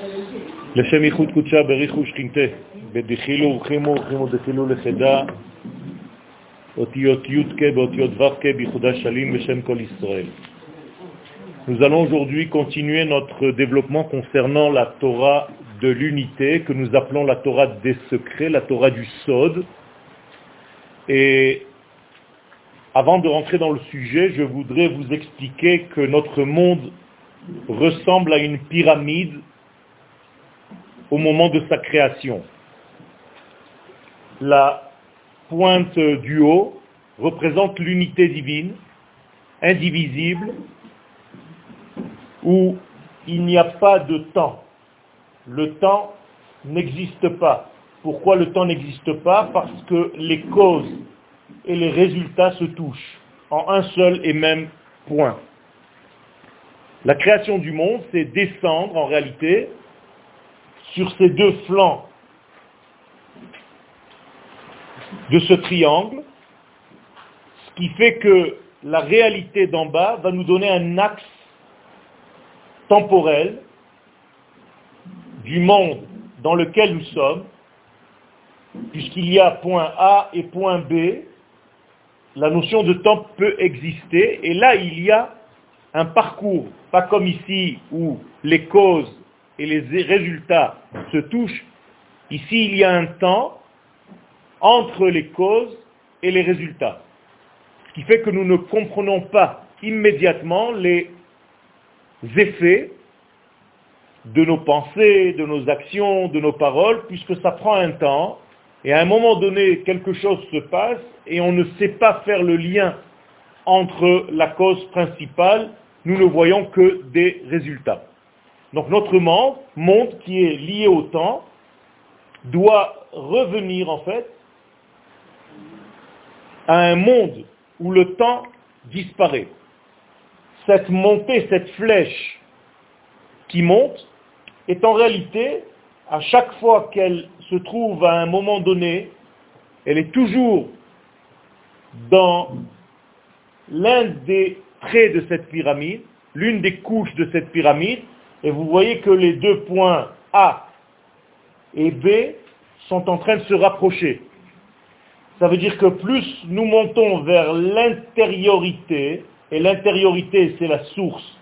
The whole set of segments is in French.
לשם ייחוד קודשה בריחו שכינתה, בדחילו ורחימו ורחימו דחילו לחדה, אותיות יודקה באותיות ו"קה בייחודה שלים בשם כל ישראל. Nous allons aujourd'hui continuer notre développement concernant la Torah de l'unité, que nous appelons la Torah des secrets, la Torah du Sod. Et avant de rentrer dans le sujet, je voudrais vous expliquer que notre monde ressemble à une pyramide au moment de sa création. La pointe du haut représente l'unité divine, indivisible, où il n'y a pas de temps. Le temps n'existe pas. Pourquoi le temps n'existe pas? Parce que les causes et les résultats se touchent en un seul et même point. La création du monde, c'est descendre en réalité sur ces deux flancs de ce triangle, ce qui fait que la réalité d'en bas va nous donner un axe temporel du monde dans lequel nous sommes, puisqu'il y a point A et point B, la notion de temps peut exister, et là il y a un parcours, pas comme ici où les causes et les résultats se touchent. Ici il y a un temps entre les causes et les résultats, ce qui fait que nous ne comprenons pas immédiatement les effets de nos pensées, de nos actions, de nos paroles, puisque ça prend un temps, et à un moment donné, quelque chose se passe, et on ne sait pas faire le lien entre la cause principale, nous ne voyons que des résultats. Donc notre monde qui est lié au temps, doit revenir en fait à un monde où le temps disparaît. Cette montée, cette flèche qui monte, est en réalité, à chaque fois qu'elle se trouve à un moment donné, elle est toujours dans l'un des traits de cette pyramide, l'une des couches de cette pyramide, et vous voyez que les deux points A et B sont en train de se rapprocher. Ça veut dire que plus nous montons vers l'intériorité, et l'intériorité c'est la source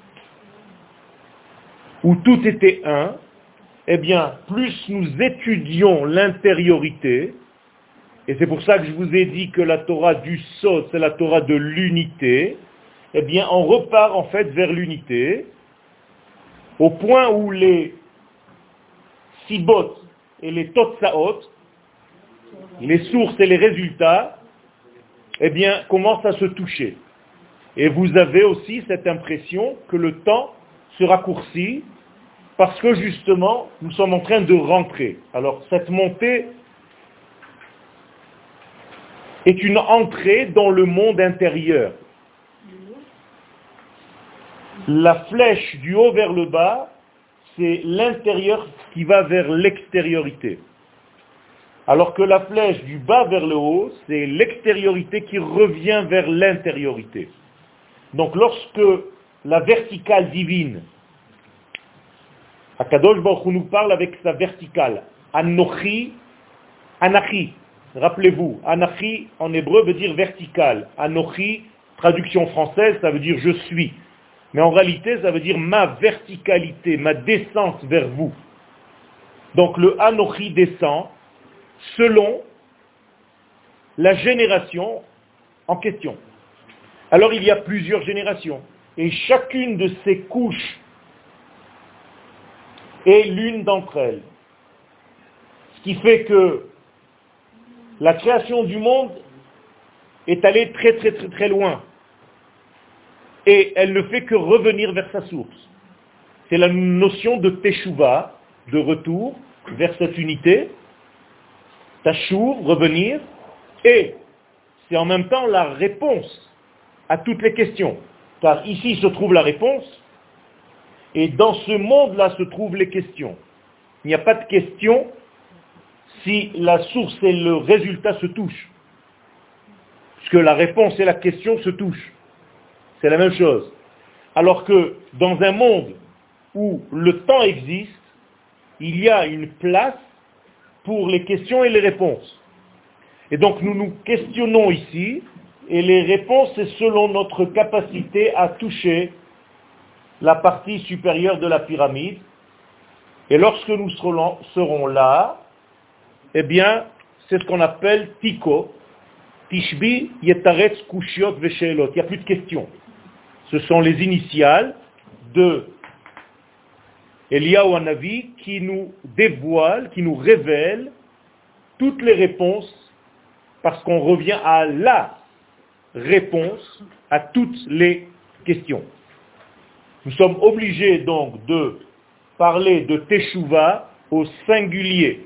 où tout était un, eh bien, plus nous étudions l'intériorité, et c'est pour ça que je vous ai dit que la Torah du Sod, c'est la Torah de l'unité, eh bien, on repart en fait vers l'unité, au point où les sibot et les totsaot, les sources et les résultats, eh bien, commencent à se toucher. Et vous avez aussi cette impression que le temps se raccourcit parce que justement, nous sommes en train de rentrer. Alors, cette montée est une entrée dans le monde intérieur. La flèche du haut vers le bas, c'est l'intérieur qui va vers l'extériorité. Alors que la flèche du bas vers le haut, c'est l'extériorité qui revient vers l'intériorité. Donc lorsque la verticale divine, Akadosh Baruch Hu nous parle avec sa verticale, Anochi, Anachi, rappelez-vous, Anachi en hébreu veut dire verticale, Anochi, traduction française, ça veut dire je suis. Mais en réalité, ça veut dire ma verticalité, ma descente vers vous. Donc le Anochi descend selon la génération en question. Alors il y a plusieurs générations, et chacune de ces couches est l'une d'entre elles. Ce qui fait que la création du monde est allée très très très très loin. Et elle ne fait que revenir vers sa source. C'est la notion de teshuva, de retour vers cette unité, tashuv, revenir, et c'est en même temps la réponse à toutes les questions. Car ici se trouve la réponse, et dans ce monde-là se trouvent les questions. Il n'y a pas de question si la source et le résultat se touchent. Puisque la réponse et la question se touchent. C'est la même chose. Alors que dans un monde où le temps existe, il y a une place pour les questions et les réponses. Et donc nous nous questionnons ici, et les réponses, c'est selon notre capacité à toucher la partie supérieure de la pyramide. Et lorsque nous serons là, eh bien, c'est ce qu'on appelle Tiko. Tishbi, Yetaretz, Kushiot, Veshelot. Il n'y a plus de questions. Ce sont les initiales de Eliyahu Hanavi qui nous dévoilent, qui nous révèlent toutes les réponses, parce qu'on revient à la réponse à toutes les questions. Nous sommes obligés donc de parler de Teshuvah au singulier.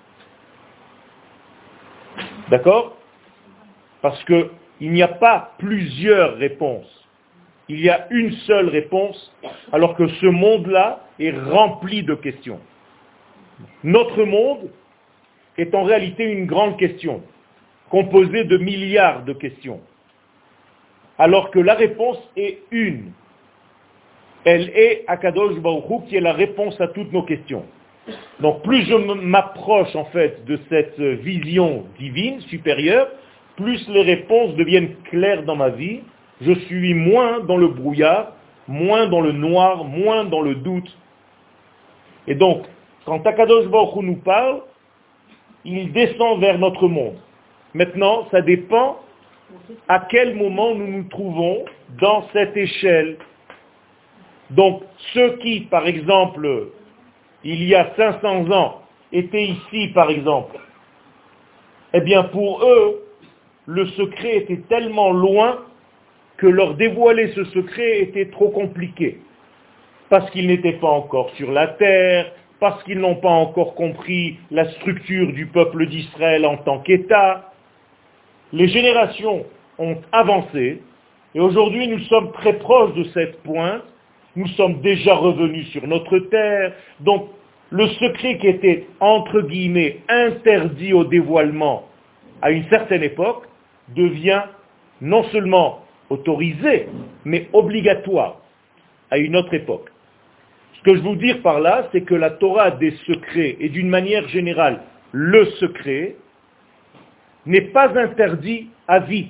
D'accord? Parce qu'il n'y a pas plusieurs réponses. Il y a une seule réponse, alors que ce monde-là est rempli de questions. Notre monde est en réalité une grande question, composée de milliards de questions. Alors que la réponse est une. Elle est Akadosh Baruch Hu, qui est la réponse à toutes nos questions. Donc plus je m'approche en fait de cette vision divine, supérieure, plus les réponses deviennent claires dans ma vie, je suis moins dans le brouillard, moins dans le noir, moins dans le doute. Et donc, quand Akadosh Baruch Hu nous parle, il descend vers notre monde. Maintenant, ça dépend à quel moment nous nous trouvons dans cette échelle. Donc, ceux qui, par exemple, il y a 500 ans, étaient ici, par exemple, eh bien, pour eux, le secret était tellement loin que leur dévoiler ce secret était trop compliqué. Parce qu'ils n'étaient pas encore sur la terre, parce qu'ils n'ont pas encore compris la structure du peuple d'Israël en tant qu'État. Les générations ont avancé, et aujourd'hui nous sommes très proches de cette pointe, nous sommes déjà revenus sur notre terre, donc le secret qui était, entre guillemets, interdit au dévoilement à une certaine époque, devient non seulement autorisé, mais obligatoire à une autre époque. Ce que je veux dire par là, c'est que la Torah des secrets, et d'une manière générale, le secret, n'est pas interdit à vie.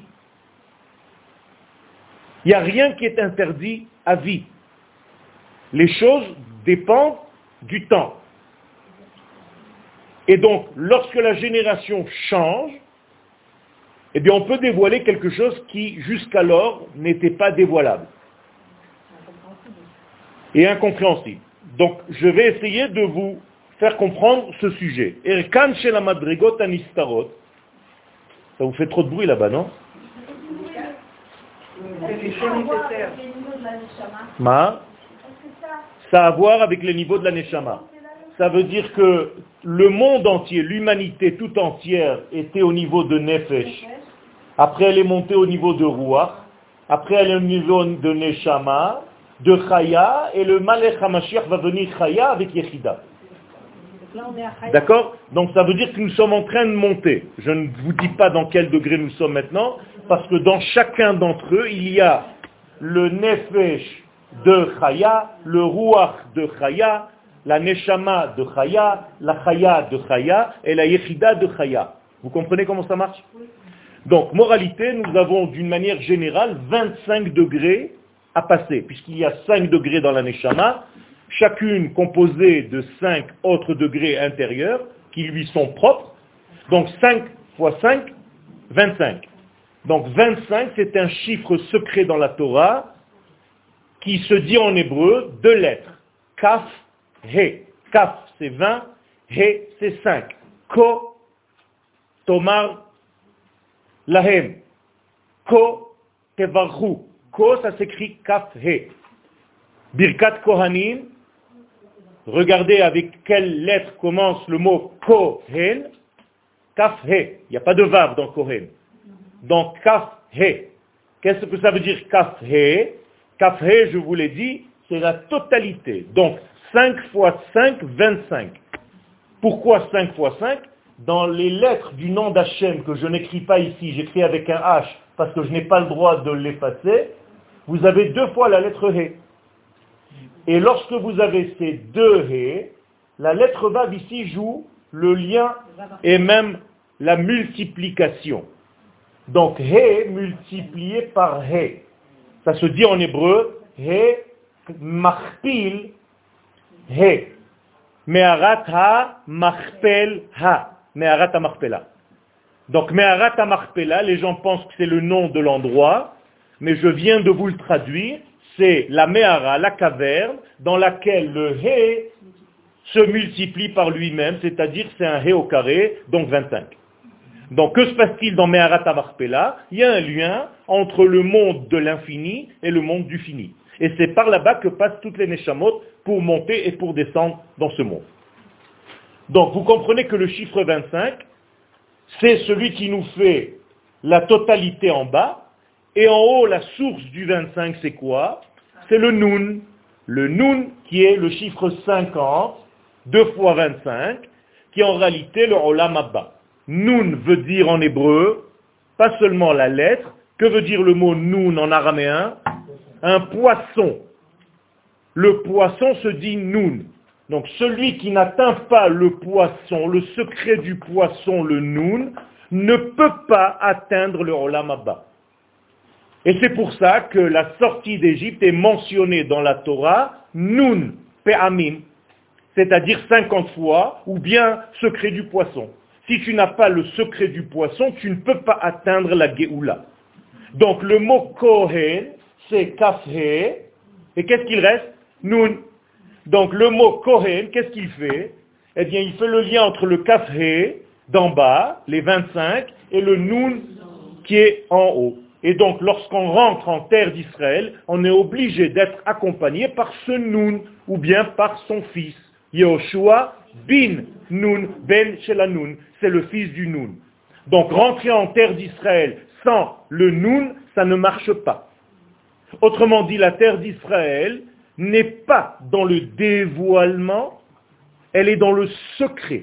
Il n'y a rien qui est interdit à vie. Les choses dépendent du temps. Et donc, lorsque la génération change, eh bien, on peut dévoiler quelque chose qui, jusqu'alors, n'était pas dévoilable. Et incompréhensible. Donc, je vais essayer de vous faire comprendre ce sujet. Erkan chez la madrigot anistarot. Ça vous fait trop de bruit là-bas, non? Ma? Ça a à voir avec les niveaux de la neshama. Ça veut dire que le monde entier, l'humanité tout entière était au niveau de nefesh. Après, elle est montée au niveau de ruach. Après, elle est au niveau de neshama, de chaya, et le Malech HaMashiach va venir chaya avec Yechida. D'accord? Donc ça veut dire que nous sommes en train de monter. Je ne vous dis pas dans quel degré nous sommes maintenant, parce que dans chacun d'entre eux, il y a le nefesh de chaya, le ruach de chaya, la neshama de chaya, la chaya de chaya, et la Yechida de chaya. Vous comprenez comment ça marche? Donc, moralité, nous avons d'une manière générale 25 degrés à passer, puisqu'il y a 5 degrés dans la neshama, chacune composée de 5 autres degrés intérieurs qui lui sont propres. Donc 5 fois 5, 25. Donc 25, c'est un chiffre secret dans la Torah qui se dit en hébreu 2 lettres. Kaf, He. Kaf, c'est 20, He, c'est 5. Ko, Tomar, Lahem. Ko, Tevarchu. Ko, ça s'écrit Kaf, He. Birkat Kohanim, regardez avec quelle lettre commence le mot Kohen, Kaf He. Il n'y a pas de vav dans Kohen. Donc Kaf He. Qu'est-ce que ça veut dire Kaf He? Kaf He, je vous l'ai dit, c'est la totalité. Donc 5 fois 5, 25. Pourquoi 5 fois 5? Dans les lettres du nom d'Hachem que je n'écris pas ici, j'écris avec un H parce que je n'ai pas le droit de l'effacer, vous avez 2 fois la lettre He. Et lorsque vous avez ces 2 He, la lettre Vav ici joue le lien et même la multiplication. Donc, He multiplié par He. Ça se dit en hébreu, He machpil He. Me'arat ha machpel ha. Me'arat ha machpela. Donc, Me'arat ha machpela, les gens pensent que c'est le nom de l'endroit, mais je viens de vous le traduire, c'est la Me'ara, la caverne, dans laquelle le He se multiplie par lui-même, c'est-à-dire c'est un He au carré, donc 25. Donc, que se passe-t-il dans Me'arat ha machpela? Il y a un lien entre le monde de l'infini et le monde du fini. Et c'est par là-bas que passent toutes les Neshamot pour monter et pour descendre dans ce monde. Donc, vous comprenez que le chiffre 25, c'est celui qui nous fait la totalité en bas, et en haut, la source du 25, c'est quoi? C'est le Nun. Le Nun qui est le chiffre 50, 2 fois 25, qui est en réalité le Olam Abba. Nun veut dire en hébreu, pas seulement la lettre, que veut dire le mot Nun en araméen? Un poisson. Le poisson se dit Nun. Donc celui qui n'atteint pas le poisson, le secret du poisson, le Nun, ne peut pas atteindre le Olam Abba. Et c'est pour ça que la sortie d'Égypte est mentionnée dans la Torah, Nun Pe'amim, c'est-à-dire 50 fois, ou bien secret du poisson. Si tu n'as pas le secret du poisson, tu ne peux pas atteindre la Géoula. Donc le mot Kohen, c'est Kafhe, et qu'est-ce qu'il reste? Nun. Donc le mot Kohen, qu'est-ce qu'il fait? Eh bien, il fait le lien entre le Kafhe d'en bas, les 25, et le Nun qui est en haut. Et donc, lorsqu'on rentre en terre d'Israël, on est obligé d'être accompagné par ce Nun, ou bien par son fils. Yehoshua bin Nun, ben Shelanun, c'est le fils du Nun. Donc, rentrer en terre d'Israël sans le Nun, ça ne marche pas. Autrement dit, la terre d'Israël n'est pas dans le dévoilement, elle est dans le secret.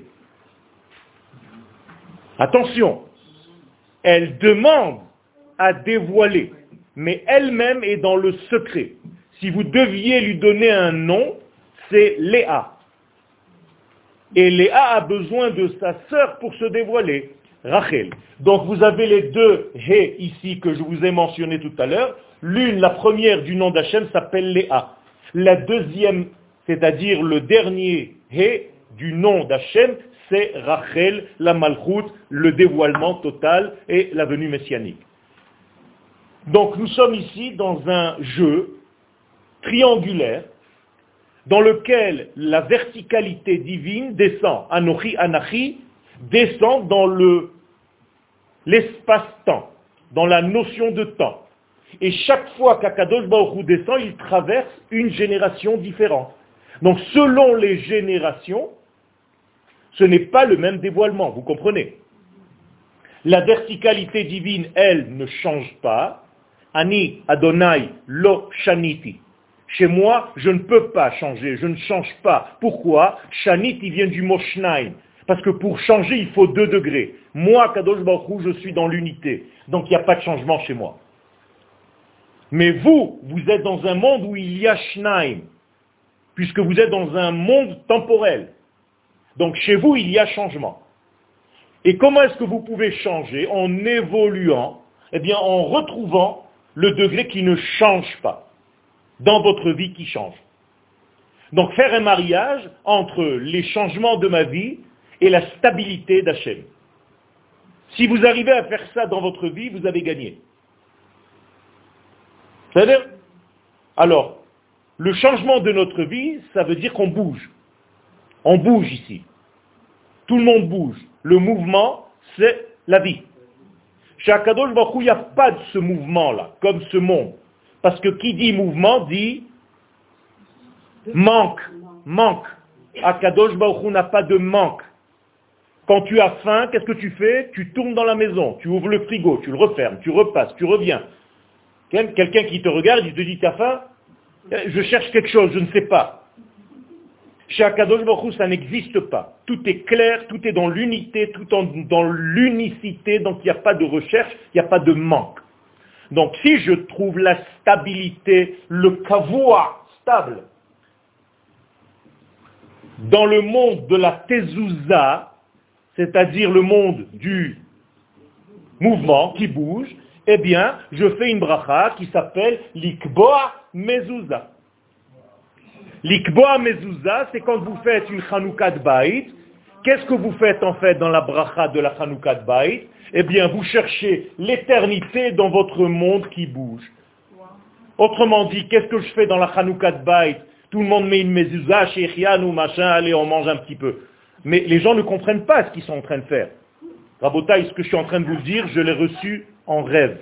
Attention, elle demande à dévoiler, mais elle-même est dans le secret. Si vous deviez lui donner un nom, c'est Léa. Et Léa a besoin de sa sœur pour se dévoiler, Rachel. Donc vous avez les deux He ici que je vous ai mentionné tout à l'heure. L'une, la première du nom d'Hachem s'appelle Léa. La deuxième, c'est-à-dire le dernier He du nom d'Hachem, c'est Rachel, la Malchut, le dévoilement total et la venue messianique. Donc nous sommes ici dans un jeu triangulaire dans lequel la verticalité divine descend, Anochi, Anachi, descend dans l'espace-temps, dans la notion de temps. Et chaque fois qu'Akadosh Baruch Hu descend, il traverse une génération différente. Donc selon les générations, ce n'est pas le même dévoilement, vous comprenez? La verticalité divine, elle, ne change pas. Ani Adonai lo shaniti. Chez moi, je ne peux pas changer, je ne change pas. Pourquoi? Shaniti vient du mot shnaim. Parce que pour changer, il faut 2 degrés. Moi, Kadosh Baruch Hu, je suis dans l'unité. Donc il n'y a pas de changement chez moi. Mais vous, vous êtes dans un monde où il y a shnaim. Puisque vous êtes dans un monde temporel. Donc chez vous, il y a changement. Et comment est-ce que vous pouvez changer? En évoluant, eh bien en retrouvant le degré qui ne change pas, dans votre vie qui change. Donc faire un mariage entre les changements de ma vie et la stabilité d'Hachem. Si vous arrivez à faire ça dans votre vie, vous avez gagné. C'est-à-dire, alors, le changement de notre vie, ça veut dire qu'on bouge. On bouge ici. Tout le monde bouge. Le mouvement, c'est la vie. Chez Akadosh Baruch Hu, il n'y a pas de ce mouvement-là, comme ce monde. Parce que qui dit mouvement dit manque. Manque. Akadosh Baruch Hu n'a pas de manque. Quand tu as faim, qu'est-ce que tu fais? Tu tournes dans la maison, tu ouvres le frigo, tu le refermes, tu repasses, tu reviens. Quelqu'un qui te regarde, il te dit t'as faim? Je cherche quelque chose, je ne sais pas. Chez Akadosh Baruch Hu, ça n'existe pas. Tout est clair, tout est dans l'unité, tout dans l'unicité, donc il n'y a pas de recherche, il n'y a pas de manque. Donc si je trouve la stabilité, le kavua stable, dans le monde de la tezouza, c'est-à-dire le monde du mouvement qui bouge, eh bien, je fais une bracha qui s'appelle l'ikboa mezouza. L'ikboa mezouza, c'est quand vous faites une chanoukat baït. Qu'est-ce que vous faites en fait dans la bracha de la chanoukat baït? Eh bien, vous cherchez l'éternité dans votre monde qui bouge. Autrement dit, qu'est-ce que je fais dans la chanoukat baït? Tout le monde met une mezouza, shechian ou machin, allez, on mange un petit peu. Mais les gens ne comprennent pas ce qu'ils sont en train de faire. Rabotaï, ce que je suis en train de vous dire, je l'ai reçu en rêve.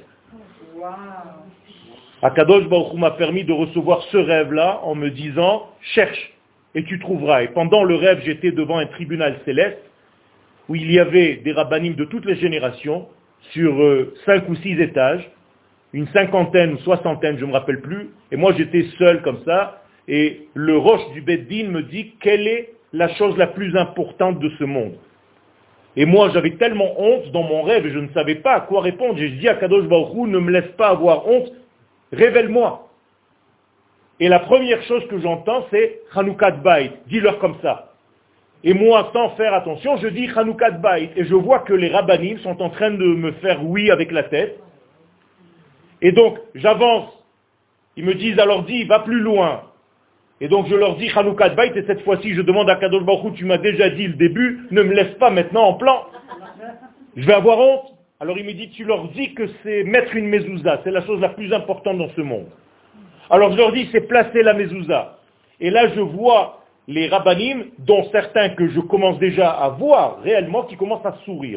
Akadosh Baruch Hu m'a permis de recevoir ce rêve-là en me disant, cherche et tu trouveras. Et pendant le rêve, j'étais devant un tribunal céleste où il y avait des rabbanim de toutes les générations sur 5 ou 6 étages, une cinquantaine ou soixantaine, je ne me rappelle plus, et moi j'étais seul comme ça, et le roche du Beddin me dit quelle est la chose la plus importante de ce monde. Et moi j'avais tellement honte dans mon rêve et je ne savais pas à quoi répondre. J'ai dit à Kadosh Baruch Hu, ne me laisse pas avoir honte, révèle-moi. Et la première chose que j'entends c'est Chanoukat Bayit, dis-leur comme ça. Et moi, sans faire attention, je dis Chanoukat Bayit, et je vois que les rabbanim sont en train de me faire oui avec la tête. Et donc, j'avance. Ils me disent, alors dis, va plus loin. Et donc, je leur dis Chanoukat Bayit, et cette fois-ci, je demande à Kadosh Baruch Hu, tu m'as déjà dit le début, ne me laisse pas maintenant en plan. Je vais avoir honte. Alors il me dit, tu leur dis que c'est mettre une mezouza, c'est la chose la plus importante dans ce monde. Alors je leur dis, c'est placer la mezouza. Et là, je vois les rabbanim, dont certains que je commence déjà à voir réellement, qui commencent à sourire.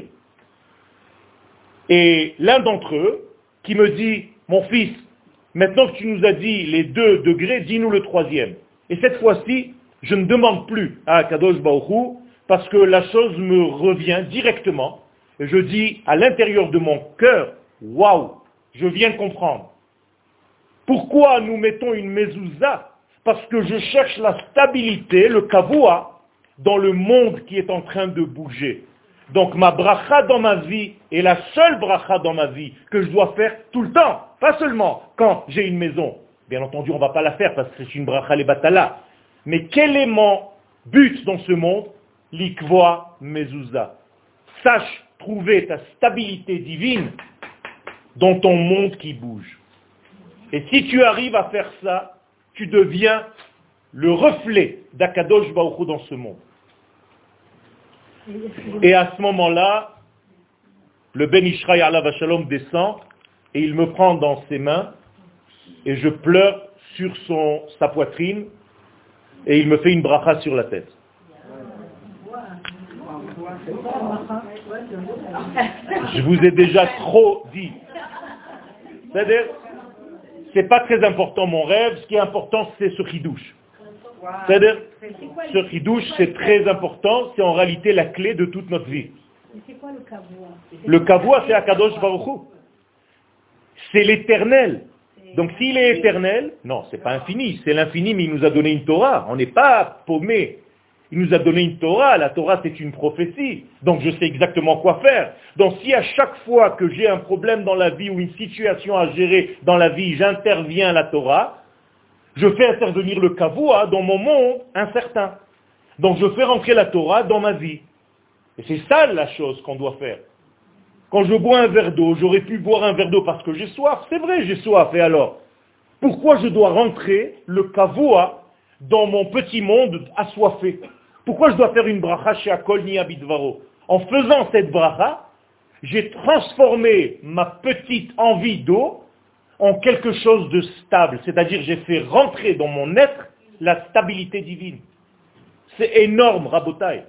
Et l'un d'entre eux, qui me dit, mon fils, maintenant que tu nous as dit les 2 degrés, dis-nous le 3e. Et cette fois-ci, je ne demande plus à Kadosh Baruch Hu, parce que la chose me revient directement. Et je dis à l'intérieur de mon cœur, waouh, je viens de comprendre. Pourquoi nous mettons une mezouza? Parce que je cherche la stabilité, le kavua, dans le monde qui est en train de bouger. Donc ma bracha dans ma vie est la seule bracha dans ma vie que je dois faire tout le temps, pas seulement quand j'ai une maison. Bien entendu, on ne va pas la faire parce que c'est une bracha les batala. Mais quel est mon but dans ce monde? L'ikvoa mezouza. Sache trouver ta stabilité divine dans ton monde qui bouge. Et si tu arrives à faire ça, tu deviens le reflet d'Akadosh Baruch Hu dans ce monde. Et à ce moment-là, le Ben Ishraï Alav Shalom descend et il me prend dans ses mains et je pleure sur sa poitrine et il me fait une bracha sur la tête. Je vous ai déjà trop dit. C'est-à-dire, c'est pas très important mon rêve, ce qui est important c'est ce chidouche. C'est-à-dire, ce chidouche c'est très important, c'est en réalité la clé de toute notre vie. C'est quoi le kavua? Le kavua c'est Akadosh Baruch Hu. C'est l'éternel. Donc s'il est éternel, non, c'est pas infini, c'est l'infini, mais il nous a donné une Torah. On n'est pas paumé. Il nous a donné une Torah, la Torah c'est une prophétie, donc je sais exactement quoi faire. Donc si à chaque fois que j'ai un problème dans la vie ou une situation à gérer dans la vie, j'interviens à la Torah, je fais intervenir le kavua dans mon monde incertain. Donc je fais rentrer la Torah dans ma vie. Et c'est ça la chose qu'on doit faire. Quand je bois un verre d'eau, j'aurais pu boire un verre d'eau parce que j'ai soif, c'est vrai j'ai soif, et alors? Pourquoi je dois rentrer le kavua dans mon petit monde assoiffé? Pourquoi je dois faire une bracha chez Akol ni Abidvaro? En faisant cette bracha, j'ai transformé ma petite envie d'eau en quelque chose de stable. C'est-à-dire j'ai fait rentrer dans mon être la stabilité divine. C'est énorme, Rabotai.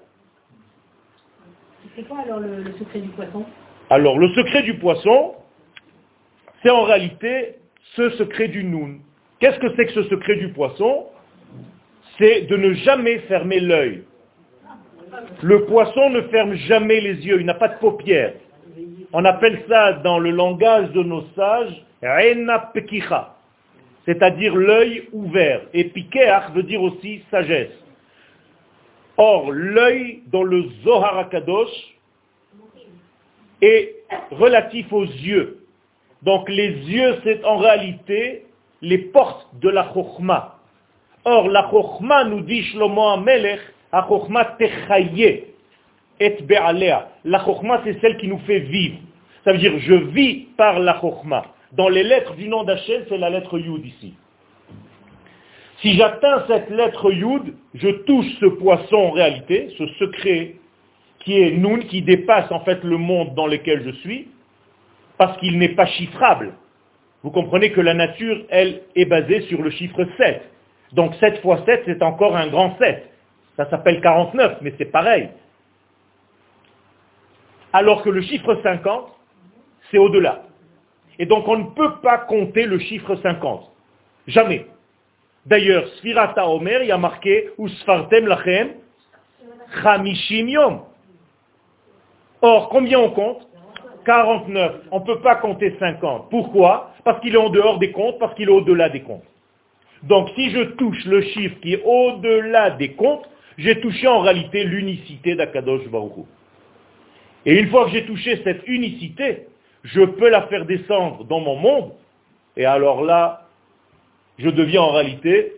C'est quoi alors le secret du poisson? Alors le secret du poisson, c'est en réalité ce secret du noun. Qu'est-ce que c'est que ce secret du poisson? C'est de ne jamais fermer l'œil. Le poisson ne ferme jamais les yeux, il n'a pas de paupières. On appelle ça dans le langage de nos sages, Reina Pekicha, c'est-à-dire l'œil ouvert. Et Pikeach veut dire aussi sagesse. Or, l'œil dans le Zohar HaKadosh est relatif aux yeux. Donc les yeux, c'est en réalité les portes de la Chokhmah. Or, la Chokhmah, nous dit Shlomo HaMelech, Achokma techaye et be'alea. La chokma, c'est celle qui nous fait vivre. Ça veut dire, je vis par la chokma. Dans les lettres du nom d'Hachem, c'est la lettre Yud ici. Si j'atteins cette lettre Yud, je touche ce poisson en réalité, ce secret qui est Nun, qui dépasse en fait le monde dans lequel je suis, parce qu'il n'est pas chiffrable. Vous comprenez que la nature, elle, est basée sur le chiffre 7. Donc 7 fois 7, c'est encore un grand 7. Ça s'appelle 49, mais c'est pareil. Alors que le chiffre 50, c'est au-delà. Et donc on ne peut pas compter le chiffre 50. Jamais. D'ailleurs, Sfirata Omer, il y a marqué Usfartem lachem chamishim yom. Or, combien on compte 49. On ne peut pas compter 50. Pourquoi? Parce qu'il est en dehors des comptes, parce qu'il est au-delà des comptes. Donc si je touche le chiffre qui est au-delà des comptes, j'ai touché en réalité l'unicité d'Akadosh Baruch Hu. Et une fois que j'ai touché cette unicité, je peux la faire descendre dans mon monde, et alors là, je deviens en réalité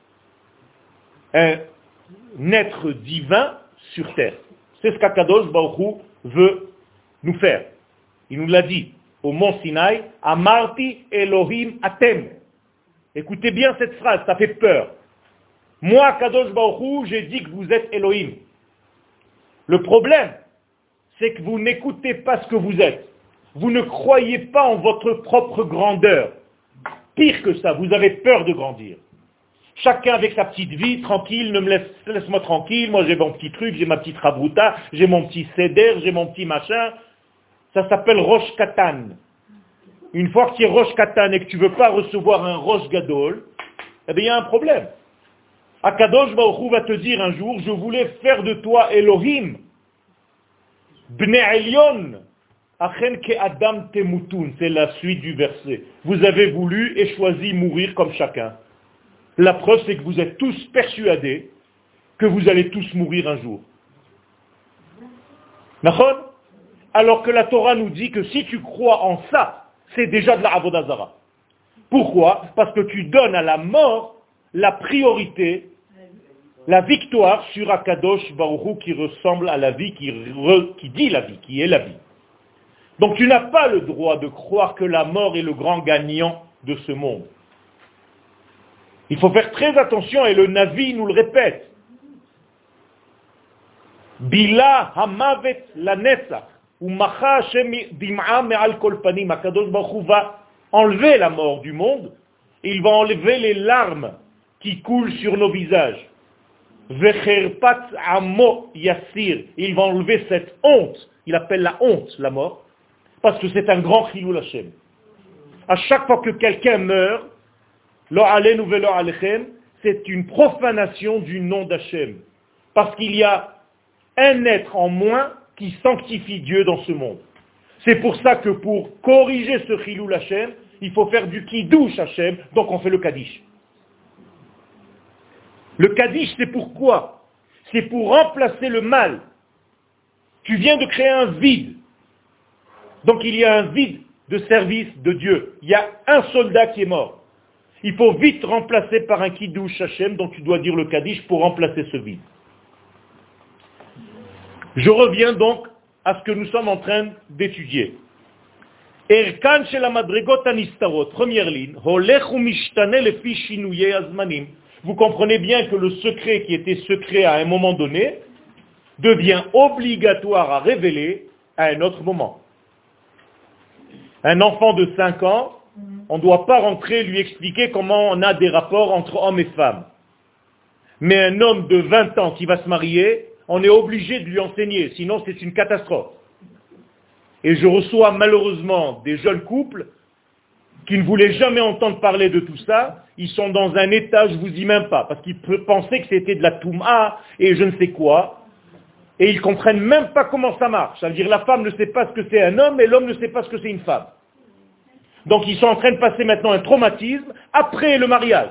un être divin sur terre. C'est ce qu'Akadosh Baruch Hu veut nous faire. Il nous l'a dit au mont Sinaï, Amarti Elohim Atem. Écoutez bien cette phrase, ça fait peur. Moi, Kadosh Baruch Hu, j'ai dit que vous êtes Elohim. Le problème, c'est que vous n'écoutez pas ce que vous êtes. Vous ne croyez pas en votre propre grandeur. Pire que ça, vous avez peur de grandir. Chacun avec sa petite vie, tranquille, laisse-moi tranquille, moi j'ai mon petit truc, j'ai ma petite rabrouta, j'ai mon petit seder, j'ai mon petit machin. Ça s'appelle Rosh Katan. Une fois que tu es Rosh Katan et que tu ne veux pas recevoir un Rosh Gadol, eh bien il y a un problème. Akadosh Baruch Hu va te dire un jour, je voulais faire de toi Elohim, Bnei Elyon, Achen ke Adam temutun, c'est la suite du verset. Vous avez voulu et choisi mourir comme chacun. La preuve, c'est que vous êtes tous persuadés que vous allez tous mourir un jour. D'accord? Alors que la Torah nous dit que si tu crois en ça, c'est déjà de la Avodah Zara. Pourquoi? Parce que tu donnes à la mort la priorité, la victoire sur Akadosh Baruch Hu qui ressemble à la vie, qui dit la vie, qui est la vie. Donc tu n'as pas le droit de croire que la mort est le grand gagnant de ce monde. Il faut faire très attention, et le Navi nous le répète. Bila hamavet la netzach, ou macha Hashem dim'a me'al kol panim. Akadosh Baruch Hu va enlever la mort du monde, et il va enlever les larmes qui coulent sur nos visages. Vecherpat amo yassir. Il va enlever cette honte. Il appelle la honte la mort, parce que c'est un grand chilul Hashem. À chaque fois que quelqu'un meurt, Lo alenu velo alechem, c'est une profanation du nom d'Hachem. Parce qu'il y a un être en moins qui sanctifie Dieu dans ce monde. C'est pour ça que pour corriger ce chilul Hachem, il faut faire du kiddush Hachem, donc on fait le kaddish. Le kaddish, c'est pourquoi? C'est pour remplacer le mal. Tu viens de créer un vide. Donc il y a un vide de service de Dieu. Il y a un soldat qui est mort. Il faut vite remplacer par un kiddush Hashem, dont tu dois dire le kaddish pour remplacer ce vide. Je reviens donc à ce que nous sommes en train d'étudier. Erkan shel hamadregot hanistarot, première ligne, holech umishtane lefi shinuyei azmanim. Vous comprenez bien que le secret qui était secret à un moment donné devient obligatoire à révéler à un autre moment. Un enfant de 5 ans, on ne doit pas rentrer et lui expliquer comment on a des rapports entre hommes et femmes. Mais un homme de 20 ans qui va se marier, on est obligé de lui enseigner, sinon c'est une catastrophe. Et je reçois malheureusement des jeunes couples qui ne voulaient jamais entendre parler de tout ça. Ils sont dans un état, je vous dis même pas, parce qu'ils pensaient que c'était de la touma et je ne sais quoi. Et ils ne comprennent même pas comment ça marche. Ça veut dire la femme ne sait pas ce que c'est un homme et l'homme ne sait pas ce que c'est une femme. Donc ils sont en train de passer maintenant un traumatisme après le mariage.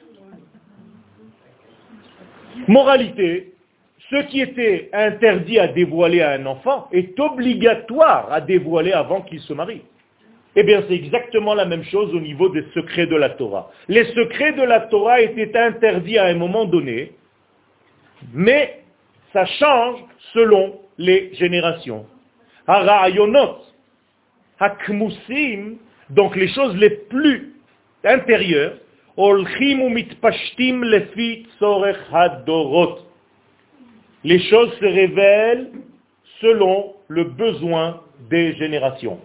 Moralité, ce qui était interdit à dévoiler à un enfant est obligatoire à dévoiler avant qu'il se marie. Eh bien c'est exactement la même chose au niveau des secrets de la Torah. Les secrets de la Torah étaient interdits à un moment donné, mais ça change selon les générations. Hara'ayonot, hakmusim, donc les choses les plus intérieures, olchim u mitpashtim lefi tzorech hadorot. Les choses se révèlent selon le besoin des générations.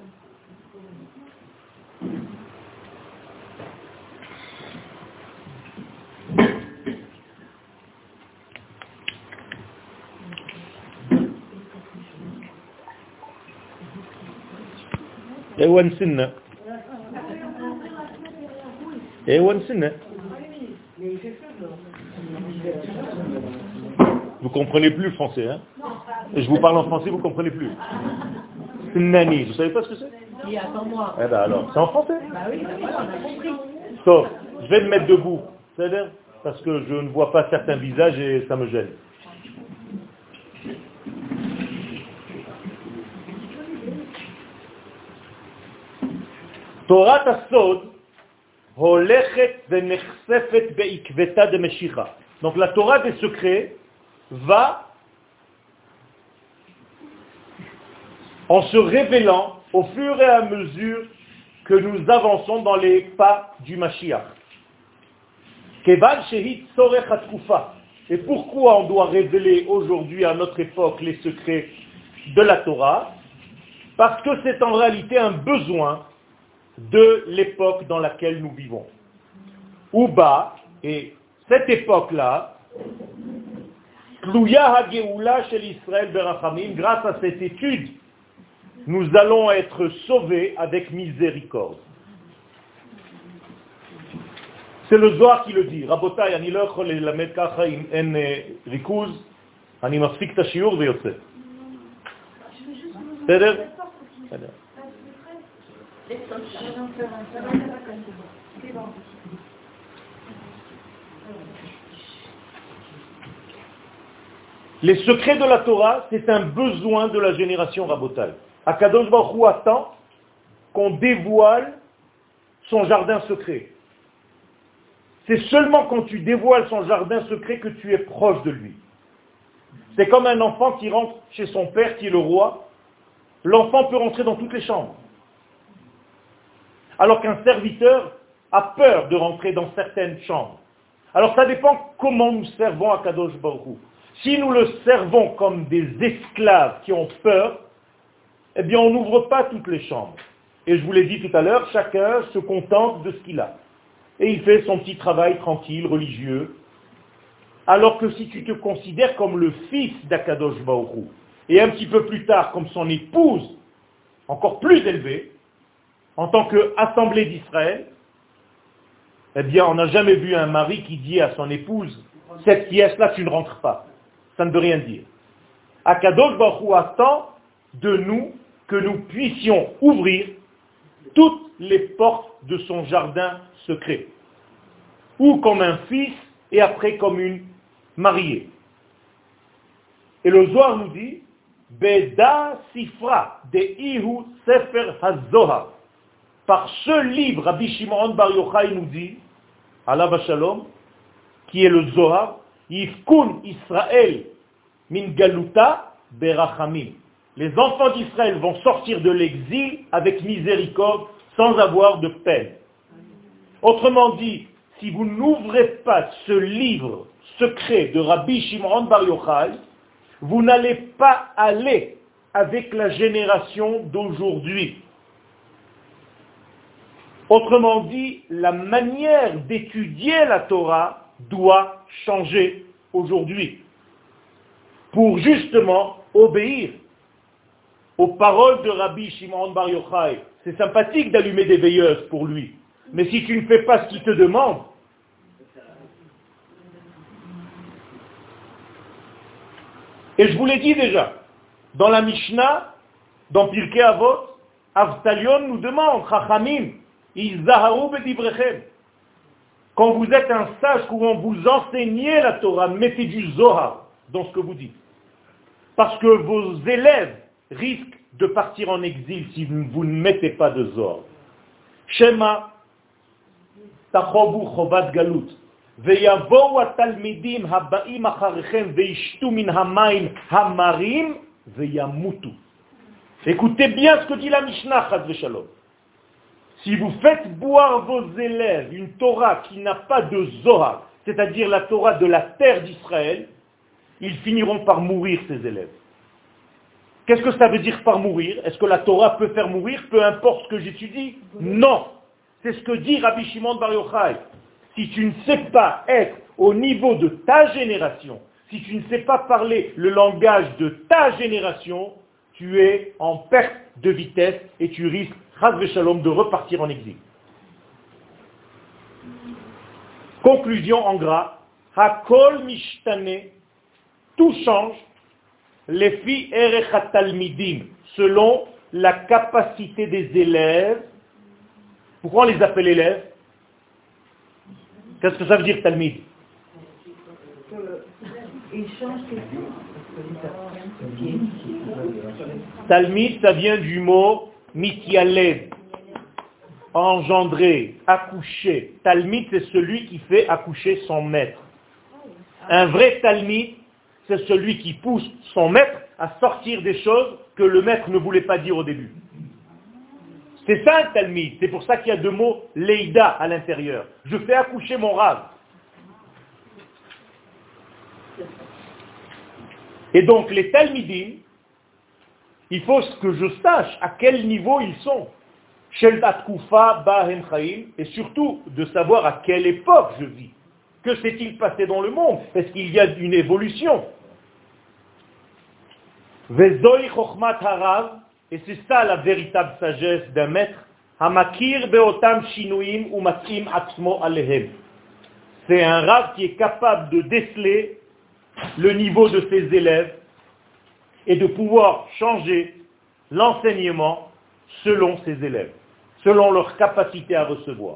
Vous comprenez plus le français, hein? Et je vous parle en français, vous comprenez plus. Nani, vous savez pas ce que c'est? Oui, attends-moi. Eh ben alors, c'est en français. Bah oui, voilà, on a compris. Sauf, je vais me mettre debout, c'est-à-dire parce que je ne vois pas certains visages et ça me gêne. Torah Tasod holechet venechsefet beikveta de Meshicha. Donc la Torah des secrets va en se révélant au fur et à mesure que nous avançons dans les pas du Mashiach. Kevan shehit sorech hatkufa. Et pourquoi on doit révéler aujourd'hui à notre époque les secrets de la Torah? Parce que c'est en réalité un besoin de l'époque dans laquelle nous vivons. Uba, et cette époque-là, Tluya hageoula shel Israël berachamim, grâce à cette étude, nous allons être sauvés avec miséricorde. C'est le Zohar qui le dit. Rabotai, ani lo yachol lelamed kacha im en rikuz, ani mafsik ta shiur veyotze. בסדר? בסדר. Les secrets de la Torah, c'est un besoin de la génération Rabotai. Akadosh Baruch Hu attend qu'on dévoile son jardin secret. C'est seulement quand tu dévoiles son jardin secret que tu es proche de lui. C'est comme un enfant qui rentre chez son père, qui est le roi. L'enfant peut rentrer dans toutes les chambres. Alors qu'un serviteur a peur de rentrer dans certaines chambres. Alors ça dépend comment nous servons à Kadosh Baruch Hu. Si nous le servons comme des esclaves qui ont peur, eh bien on n'ouvre pas toutes les chambres. Et je vous l'ai dit tout à l'heure, chacun se contente de ce qu'il a. Et il fait son petit travail tranquille, religieux. Alors que si tu te considères comme le fils d'Akadosh Baruch Hu, et un petit peu plus tard comme son épouse, encore plus élevée, en tant qu'assemblée d'Israël, eh bien on n'a jamais vu un mari qui dit à son épouse, cette pièce-là tu ne rentres pas. Ça ne veut rien dire. Akadosh Baruch Hu attend de nous que nous puissions ouvrir toutes les portes de son jardin secret. Ou comme un fils et après comme une mariée. Et le Zohar nous dit, Beda Sifra de Ihu Sefer HaZohar. Par ce livre, Rabbi Shimon Bar Yochai nous dit, Alav Shalom, qui est le Zohar, Yifkun Israël min galuta berachamim. Les enfants d'Israël vont sortir de l'exil avec miséricorde, sans avoir de peine. Autrement dit, si vous n'ouvrez pas ce livre secret de Rabbi Shimon Bar Yochai, vous n'allez pas aller avec la génération d'aujourd'hui. Autrement dit, la manière d'étudier la Torah doit changer aujourd'hui pour justement obéir aux paroles de Rabbi Shimon Bar Yochai. C'est sympathique d'allumer des veilleuses pour lui, mais si tu ne fais pas ce qu'il te demande, et je vous l'ai dit déjà, dans la Mishnah, dans Pirkei Avot, Avtalion nous demande, Chachamim, Izaharu bedivrechem. Quand vous êtes un sage, quand vous enseignez la Torah, mettez du Zohar dans ce que vous dites. Parce que vos élèves risquent de partir en exil si vous ne mettez pas de Zohar. Shema, Tachobu Chovat Galut. ויבואו התלמידים הבאים אחריכם וישתו מן המים המרים וימותו. Écoutez bien ce que dit la Mishnah, Chas v'Shalom. Si vous faites boire vos élèves une Torah qui n'a pas de Zohar, c'est-à-dire la Torah de la terre d'Israël, ils finiront par mourir, ces élèves. Qu'est-ce que ça veut dire par mourir? Est-ce que la Torah peut faire mourir, peu importe ce que j'étudie? Non. C'est ce que dit Rabbi Shimon Bar Yochai. Si tu ne sais pas être au niveau de ta génération, si tu ne sais pas parler le langage de ta génération, tu es en perte de vitesse et tu risques, Chas v'Shalom, de repartir en exil. Conclusion en gras, Hakol mishtane, tout change, lefi erech hatalmidim, selon la capacité des élèves. Pourquoi on les appelle élèves? Qu'est-ce que ça veut dire talmid? Talmid, ça vient du mot mityaled, engendrer, accoucher. Talmid, c'est celui qui fait accoucher son maître. Un vrai talmid, c'est celui qui pousse son maître à sortir des choses que le maître ne voulait pas dire au début. C'est ça un talmid. C'est pour ça qu'il y a deux mots leïda à l'intérieur. Je fais accoucher mon rav. Et donc les talmidim, il faut que je sache à quel niveau ils sont. Shel Atkufa Bahem Chaim, et surtout de savoir à quelle époque je vis. Que s'est-il passé dans le monde? Est-ce qu'il y a une évolution? Vezoi Chochmat Harav, et c'est ça la véritable sagesse d'un maître. Hamakir beotam shinuim umatim atzmo alehem. C'est un rav qui est capable de déceler le niveau de ses élèves et de pouvoir changer l'enseignement selon ses élèves, selon leur capacité à recevoir.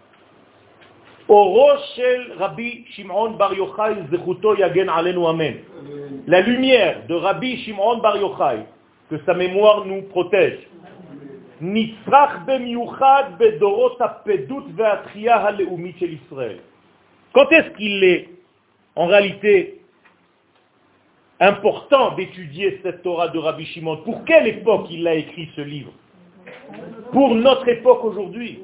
Oro shel Rabbi Shimon Bar Yochai zechuto yagen alenu amen. La lumière de Rabbi Shimon Bar Yochai, que sa mémoire nous protège. Nisrach bemiuchad bedorot hapedut ve'atchia haleumit shel Israël. Quand est-ce qu'il est en réalité important d'étudier cette Torah de Rabbi Shimon? Pour quelle époque il a écrit ce livre? Pour notre époque aujourd'hui.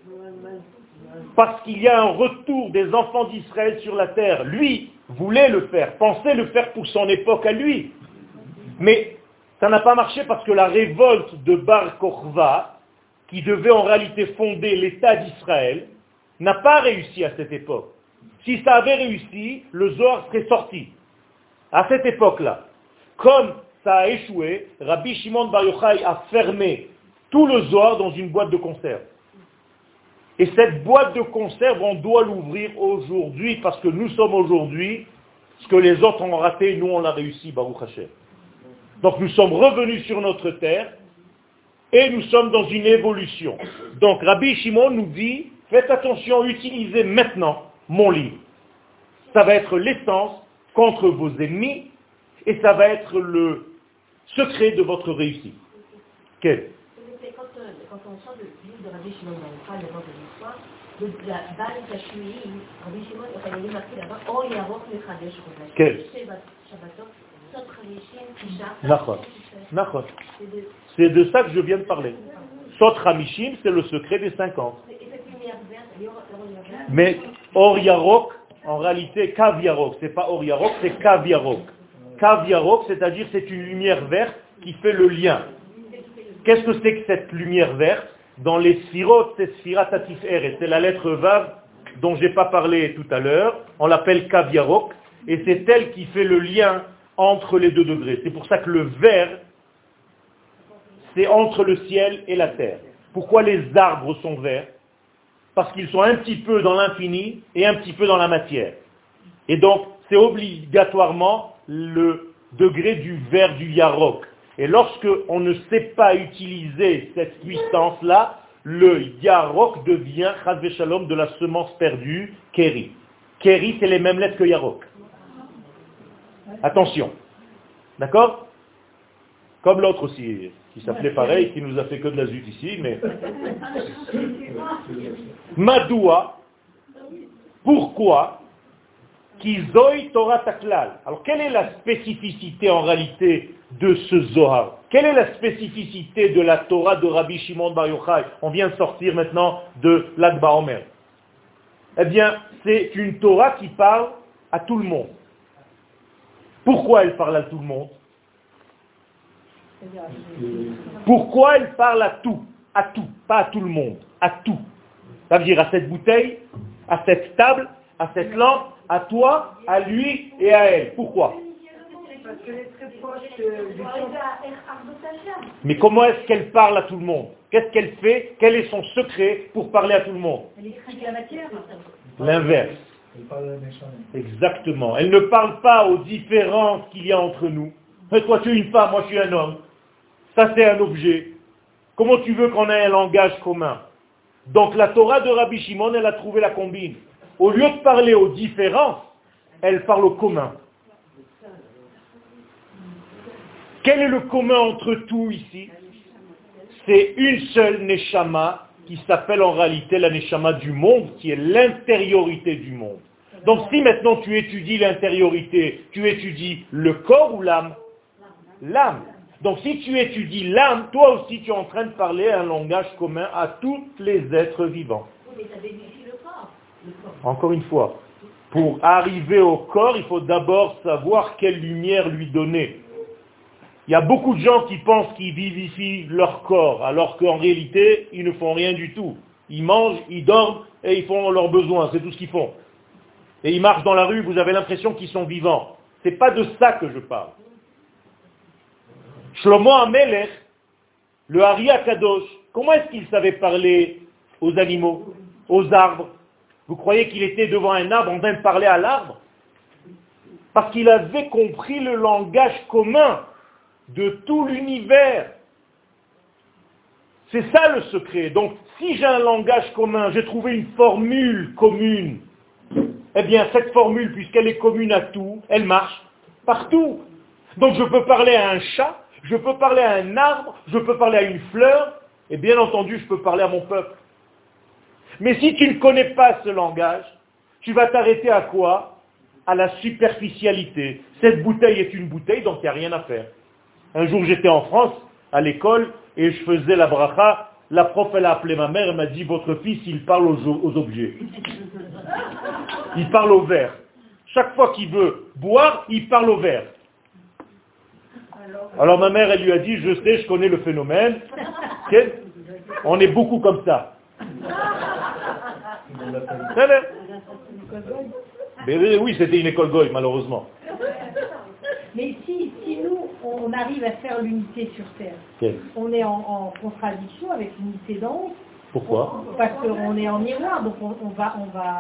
Parce qu'il y a un retour des enfants d'Israël sur la terre. Lui voulait le faire, pensait le faire pour son époque à lui. Mais ça n'a pas marché parce que la révolte de Bar Kokhba, qui devait en réalité fonder l'État d'Israël, n'a pas réussi à cette époque. Si ça avait réussi, le Zohar serait sorti. À cette époque-là, comme ça a échoué, Rabbi Shimon Bar Yochai a fermé tout le Zohar dans une boîte de conserve. Et cette boîte de conserve, on doit l'ouvrir aujourd'hui, parce que nous sommes aujourd'hui, ce que les autres ont raté, nous on l'a réussi, Baruch Hashem. Donc nous sommes revenus sur notre terre, et nous sommes dans une évolution. Donc Rabbi Shimon nous dit, faites attention, utilisez maintenant mon livre. Ça va être l'essence contre vos ennemis, et ça va être le secret de votre réussite. Quel? Quand on sort le livre de Rabbi Shimon Bar Yochai, le ventre de l'histoire, la balle Tashmi'i, Rabbi Shimon, il y a marqué là-bas, Or Yarok Mechadesh Chodesh. Quel? C'est de ça que je viens de parler. Sot Hamishim, c'est le secret des 50. Mais Or Yarok, en réalité, Kav Yarok, c'est pas Or Yarok, c'est Kav Yarok. Kav Yarok, c'est-à-dire c'est une lumière verte qui fait le lien. Qu'est-ce que c'est que cette lumière verte? Dans les Sphirot, c'est Sphirat Hatiferet, c'est la lettre Vav dont je n'ai pas parlé tout à l'heure, on l'appelle Kav Yarok, et c'est elle qui fait le lien entre les deux degrés. C'est pour ça que le vert, c'est entre le ciel et la terre. Pourquoi les arbres sont verts? Parce qu'ils sont un petit peu dans l'infini et un petit peu dans la matière. Et donc, c'est obligatoirement le degré du vert du Yarok. Et lorsque on ne sait pas utiliser cette puissance-là, le Yarok devient, Chas v'Shalom, de la semence perdue, Keri. Keri, c'est les mêmes lettres que Yarok. Attention. D'accord? Comme l'autre aussi, qui s'appelait pareil, qui nous a fait que de la zut ici, mais... Madoua, pourquoi Ki zoi Torah taklal. Alors, quelle est la spécificité en réalité de ce Zohar? Quelle est la spécificité de la Torah de Rabbi Shimon Bar Yochai? On vient de sortir maintenant de Lag BaOmer. Eh bien, c'est une Torah qui parle à tout le monde. Pourquoi elle parle à tout le monde? Pourquoi elle parle à tout? À tout, pas à tout le monde, à tout. Ça veut dire à cette bouteille, à cette table, à cette lampe, à toi, à lui et à elle. Pourquoi? Parce qu'elle est très proche du Mais comment est-ce qu'elle parle à tout le monde? Qu'est-ce qu'elle fait? Quel est son secret pour parler à tout le monde? Elle écrit la matière. L'inverse. Exactement. Elle ne parle pas aux différences qu'il y a entre nous. Toi tu es une femme, moi je suis un homme. Ça c'est un objet. Comment tu veux qu'on ait un langage commun? Donc la Torah de Rabbi Shimon, elle a trouvé la combine. Au lieu de parler aux différences, elle parle au commun. Quel est le commun entre tout ici? C'est une seule Neshama qui s'appelle en réalité la Neshama du monde, qui est l'intériorité du monde. Donc si maintenant tu étudies l'intériorité, tu étudies le corps ou l'âme? L'âme. Donc si tu étudies l'âme, toi aussi tu es en train de parler un langage commun à tous les êtres vivants. Mais ça bénéficie le corps. Encore une fois, pour arriver au corps, il faut d'abord savoir quelle lumière lui donner. Il y a beaucoup de gens qui pensent qu'ils vivifient leur corps, alors qu'en réalité, ils ne font rien du tout. Ils mangent, ils dorment et ils font leurs besoins, c'est tout ce qu'ils font. Et ils marchent dans la rue, vous avez l'impression qu'ils sont vivants. C'est pas de ça que je parle. Shlomo HaMelech, le Ari Akadosh, comment est-ce qu'il savait parler aux animaux, aux arbres? Vous croyez qu'il était devant un arbre en train de parler à l'arbre? Parce qu'il avait compris le langage commun de tout l'univers. C'est ça le secret. Donc, si j'ai un langage commun, j'ai trouvé une formule commune, eh bien, cette formule, puisqu'elle est commune à tout, elle marche partout. Donc, je peux parler à un chat, je peux parler à un arbre, je peux parler à une fleur, et bien entendu, je peux parler à mon peuple. Mais si tu ne connais pas ce langage, tu vas t'arrêter à quoi? À la superficialité. Cette bouteille est une bouteille, donc il n'y a rien à faire. Un jour, j'étais en France, à l'école, et je faisais la bracha. La prof, elle a appelé ma mère, elle m'a dit, votre fils, il parle aux objets. Il parle au verre. Chaque fois qu'il veut boire, il parle au verre. Alors ma mère, elle lui a dit, je sais, je connais le phénomène. On est beaucoup comme ça. Mais oui, c'était une école goy, malheureusement. Mais si nous, on arrive à faire l'unité sur Terre, on est en contradiction avec l'unité d'en haut. Pourquoi? Parce qu'on est en miroir, donc on va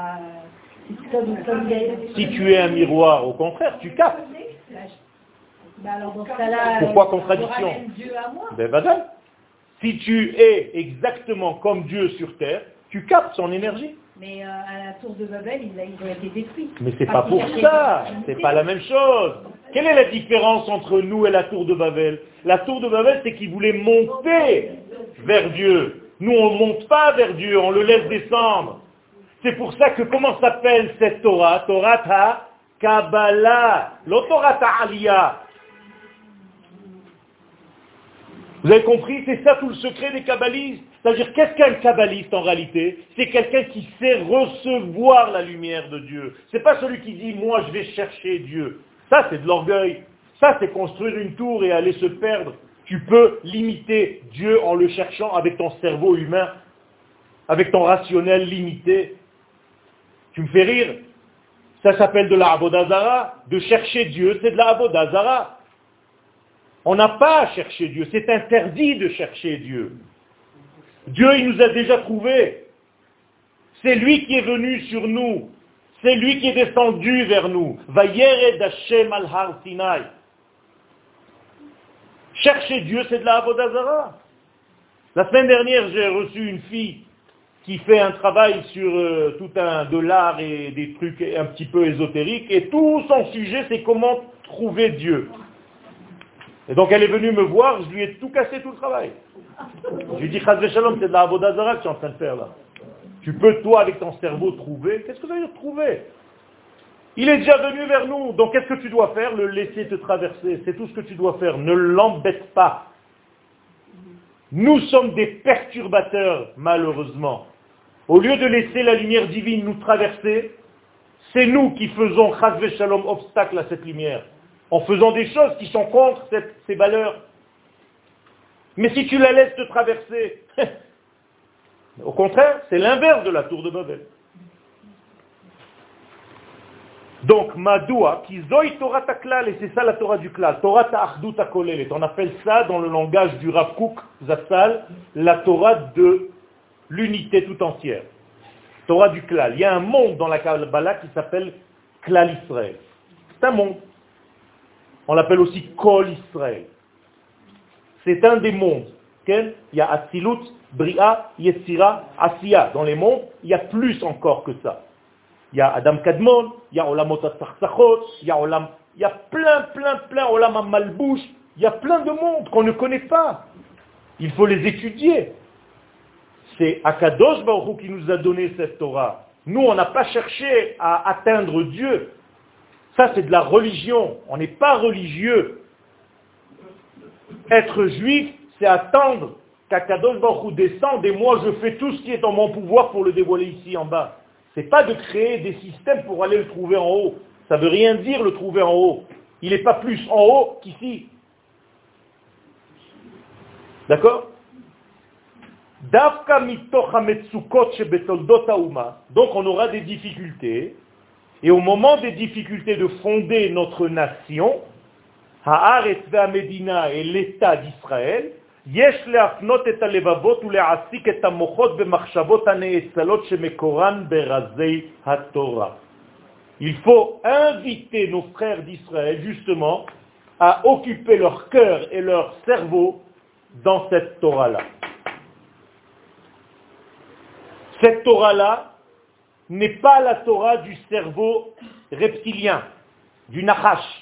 si tu es un miroir, au contraire, tu captes. Bah alors dans ce cas-là, pourquoi contradiction? Dieu à moi. Ben badal. Si tu es exactement comme Dieu sur terre, tu captes son énergie. Mais à la tour de Babel, ils ont été détruits. Mais c'est pas pour ça, c'est pas la même chose. Quelle est la différence entre nous et la tour de Babel? La tour de Babel, c'est qu'ils voulaient monter vers Dieu. Nous, on ne monte pas vers Dieu, on le laisse descendre. C'est pour ça que comment s'appelle cette Torah? Torah ta Kabbalah, la Torah ta Aliyah. Vous avez compris? C'est ça tout le secret des kabbalistes. C'est-à-dire, qu'est-ce qu'un kabbaliste en réalité? C'est quelqu'un qui sait recevoir la lumière de Dieu. C'est pas celui qui dit, moi je vais chercher Dieu. Ça c'est de l'orgueil. Ça c'est construire une tour et aller se perdre. Tu peux limiter Dieu en le cherchant avec ton cerveau humain, avec ton rationnel limité. Tu me fais rire? Ça s'appelle de la Avodah Zara. De chercher Dieu, c'est de la Avodah Zara. On n'a pas à chercher Dieu, c'est interdit de chercher Dieu. Dieu, il nous a déjà trouvés. C'est lui qui est venu sur nous. C'est lui qui est descendu vers nous. Vayered Hashem al Har Sinai. Chercher Dieu, c'est de la Avodah Zara. La semaine dernière, j'ai reçu une fille qui fait un travail sur de l'art et des trucs un petit peu ésotériques, et tout son sujet, c'est comment trouver Dieu. Et donc elle est venue me voir, je lui ai tout cassé, tout le travail. Je lui ai dit, Chaz v'Shalom, c'est de la Avodah Zara que tu es en train de faire là. Tu peux, toi, avec ton cerveau, trouver. Qu'est-ce que ça veut dire trouver? Il est déjà venu vers nous, donc qu'est-ce que tu dois faire? Le laisser te traverser, c'est tout ce que tu dois faire. Ne l'embête pas. Nous sommes des perturbateurs, malheureusement. Au lieu de laisser la lumière divine nous traverser, c'est nous qui faisons, chas shalom, obstacle à cette lumière, en faisant des choses qui sont contre ces valeurs. Mais si tu la laisses te traverser, au contraire, c'est l'inverse de la tour de Babel. Donc, Madoua, qui zoi Torah taklal, et c'est ça la Torah du klal, Torah ta'achdut hakolelet. On appelle ça, dans le langage du Rav Kook Zatzal, la Torah de l'unité tout entière. Torah du klal. Il y a un monde dans la Kabbalah qui s'appelle Klal Israël. C'est un monde. On l'appelle aussi Kol Israël. C'est un des mondes. Il y a Atzilut, Bria, Yetzira, Asiya. Dans les mondes, il y a plus encore que ça. Il y a Adam Kadmon, il y a Olamot HaTzarzachot, il y a plein, Olam Malbouch, il y a plein de mondes qu'on ne connaît pas. Il faut les étudier. C'est Akadosh Baruch Hu qui nous a donné cette Torah. Nous, on n'a pas cherché à atteindre Dieu. Ça, c'est de la religion. On n'est pas religieux. Être juif, c'est attendre qu'Akadosh Baruch Hu descende et moi, je fais tout ce qui est en mon pouvoir pour le dévoiler ici en bas. C'est pas de créer des systèmes pour aller le trouver en haut. Ça veut rien dire le trouver en haut. Il n'est pas plus en haut qu'ici. D'accord? Donc on aura des difficultés. Et au moment des difficultés de fonder notre nation, Haaretz ve'Hamedina et l'État d'Israël, יש להפנות את הלבבות ולהעסיק את המוחות במחשבות הנאצלות שמקורן ברזי התורה. Il faut inviter nos frères d'Israël justement à occuper leur cœur et leur cerveau dans cette Torah-là. Cette Torah-là n'est pas la Torah du cerveau reptilien, du Nachash.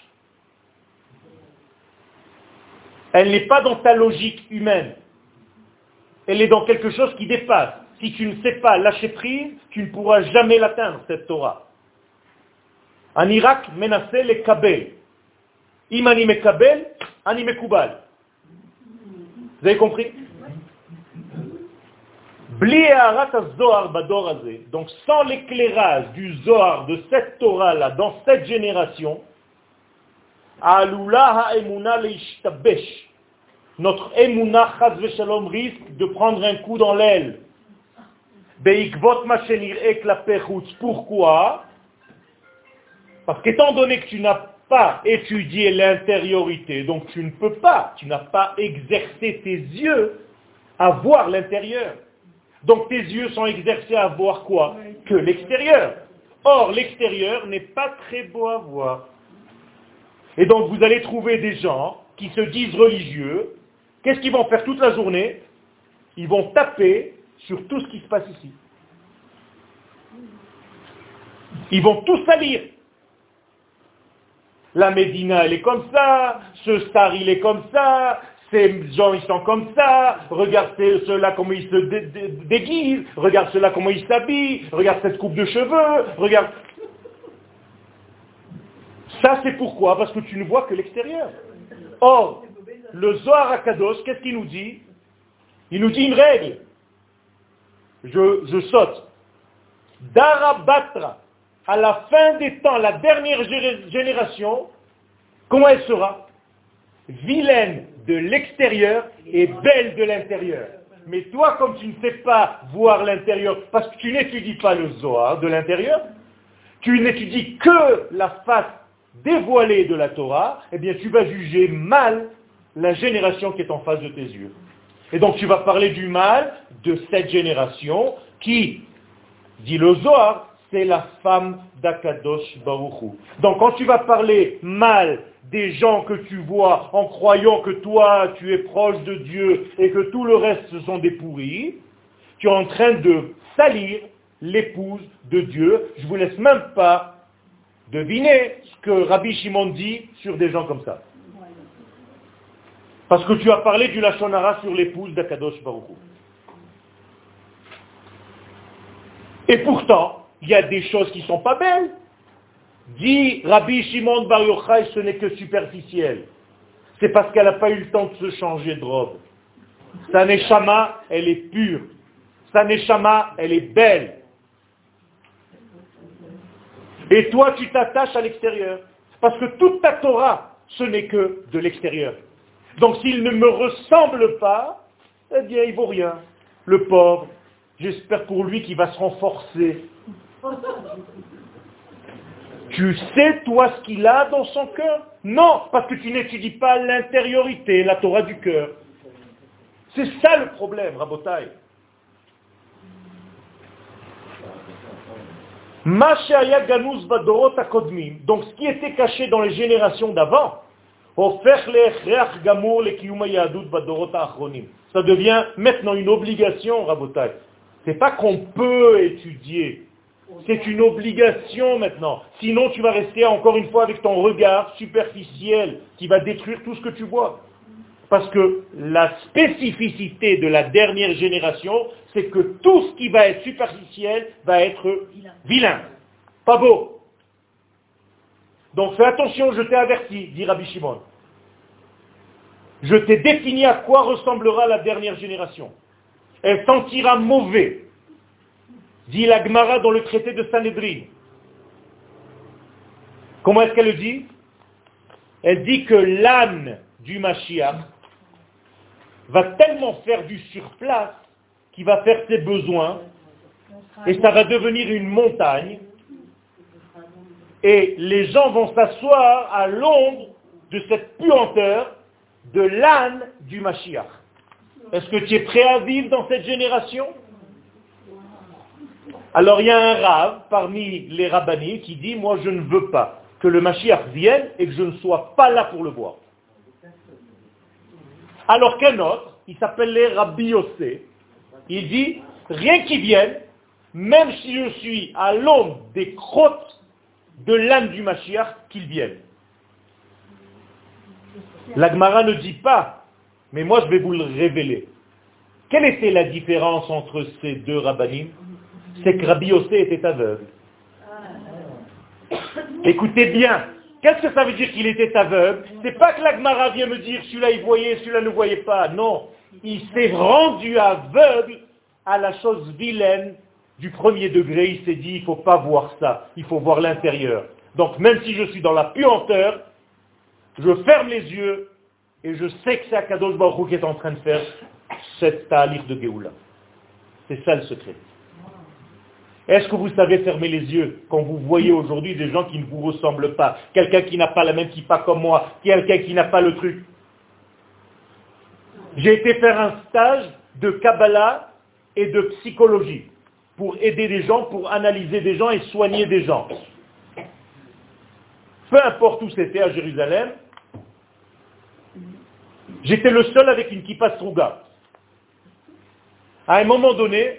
Elle n'est pas dans ta logique humaine. Elle est dans quelque chose qui dépasse. Si tu ne sais pas lâcher prise, tu ne pourras jamais l'atteindre, cette Torah. En Irak, menacer les kabel. Imani mekabel, ani mekubal. Vous avez compris? Bli ha'arat ha-zohar bador hazeh. Donc sans l'éclairage du Zohar, de cette Torah-là, dans cette génération, alula ha'emuna leishtabesh. Notre emuna chas v'shalom risque de prendre un coup dans l'aile. Beikvot ma shenir'e klape chutz. Pourquoi? Parce qu'étant donné que tu n'as pas étudié l'intériorité, donc tu ne peux pas, tu n'as pas exercé tes yeux à voir l'intérieur. Donc tes yeux sont exercés à voir quoi? Que l'extérieur. Or, l'extérieur n'est pas très beau à voir. Et donc vous allez trouver des gens qui se disent religieux. Qu'est-ce qu'ils vont faire toute la journée? Ils vont taper sur tout ce qui se passe ici. Ils vont tout salir. La Médina, elle est comme ça, ce star, il est comme ça, ces gens, ils sont comme ça, regarde ceux-là comment ils se déguisent, regarde ceux-là comment ils s'habillent, regarde cette coupe de cheveux, regarde... Ça, c'est pourquoi? Parce que tu ne vois que l'extérieur. Or, le Zohar HaKadosh, qu'est-ce qu'il nous dit? Il nous dit une règle. Je saute. Darabatra, à la fin des temps, la dernière génération, comment elle sera? Vilaine de l'extérieur et belle de l'intérieur. Mais toi, comme tu ne sais pas voir l'intérieur, parce que tu n'étudies pas le Zohar de l'intérieur, tu n'étudies que la face dévoilée de la Torah, eh bien tu vas juger mal la génération qui est en face de tes yeux. Et donc tu vas parler du mal de cette génération qui, dit le Zohar, c'est la femme d'Akadosh Baruch Hu. Donc quand tu vas parler mal des gens que tu vois en croyant que toi tu es proche de Dieu et que tout le reste ce sont des pourris, tu es en train de salir l'épouse de Dieu. Je vous laisse même pas deviner ce que Rabbi Shimon dit sur des gens comme ça. Parce que tu as parlé du Lashon Hara sur l'épouse d'Akadosh Baruch Hu. Et pourtant, il y a des choses qui ne sont pas belles. Dit Rabbi Shimon Bar Yochai, ce n'est que superficiel. C'est parce qu'elle n'a pas eu le temps de se changer de robe. Sa neshama, elle est pure. Sa neshama, elle est belle. Et toi, tu t'attaches à l'extérieur. Parce que toute ta Torah, ce n'est que de l'extérieur. Donc s'il ne me ressemble pas, eh bien, il vaut rien. Le pauvre, j'espère pour lui qu'il va se renforcer. Tu sais, toi, ce qu'il a dans son cœur? Non, parce que tu n'étudies pas l'intériorité, la Torah du cœur. C'est ça le problème, Rabotai. Donc ce qui était caché dans les générations d'avant, ça devient maintenant une obligation, Rabotai. C'est pas qu'on peut étudier, c'est une obligation maintenant. Sinon tu vas rester encore une fois avec ton regard superficiel qui va détruire tout ce que tu vois. Parce que la spécificité de la dernière génération, c'est que tout ce qui va être superficiel va être vilain, pas beau. Donc fais attention, je t'ai averti, dit Rabbi Shimon. Je t'ai défini à quoi ressemblera la dernière génération. Elle sentira mauvais, dit la Gemara dans le traité de Sanhedrin. Comment est-ce qu'elle le dit? Elle dit que l'âne du Mashiach va tellement faire du surplace qu'il va faire ses besoins et ça va devenir une montagne et les gens vont s'asseoir à l'ombre de cette puanteur de l'âne du Mashiach. Est-ce que tu es prêt à vivre dans cette génération? Alors il y a un rave parmi les rabbanis qui dit, moi je ne veux pas que le Mashiach vienne et que je ne sois pas là pour le voir. Alors qu'un autre, il s'appelait Rabbi Yossé, il dit, rien qu'il vienne, même si je suis à l'ombre des crottes de l'âme du Mashiach, qu'il vienne. La Gemara ne dit pas, mais moi je vais vous le révéler. Quelle était la différence entre ces deux rabbanim? C'est que Rabbi Yossé était aveugle. Écoutez bien, qu'est-ce que ça veut dire qu'il était aveugle? C'est pas que la Gemara vient me dire celui-là il voyait, celui-là ne voyait pas. Non, il s'est rendu aveugle à la chose vilaine du premier degré. Il s'est dit, il ne faut pas voir ça, il faut voir l'intérieur. Donc même si je suis dans la puanteur, je ferme les yeux et je sais que c'est Akadosh Baruch Hu qui est en train de faire cette ta'alif de Géoula. C'est ça le secret. Est-ce que vous savez fermer les yeux quand vous voyez aujourd'hui des gens qui ne vous ressemblent pas? Quelqu'un qui n'a pas la même kippa comme moi, quelqu'un qui n'a pas le truc. J'ai été faire un stage de Kabbalah et de psychologie pour aider des gens, pour analyser des gens et soigner des gens. Peu importe où c'était, à Jérusalem, j'étais le seul avec une kippa strouga. À un moment donné,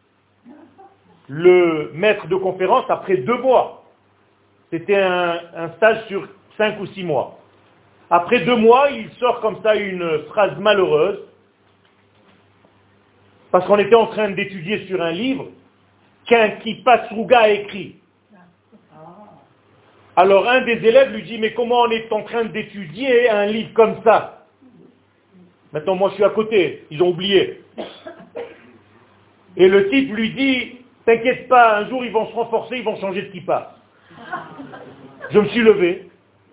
le maître de conférence, après 2 mois, c'était un stage sur 5 ou 6 mois. Après 2 mois, il sort comme ça une phrase malheureuse, parce qu'on était en train d'étudier sur un livre qu'un kippa strouga a écrit. Alors un des élèves lui dit, mais comment on est en train d'étudier un livre comme ça? Maintenant moi je suis à côté, ils ont oublié. Et le type lui dit, t'inquiète pas, un jour ils vont se renforcer, ils vont changer de kippa. Je me suis levé,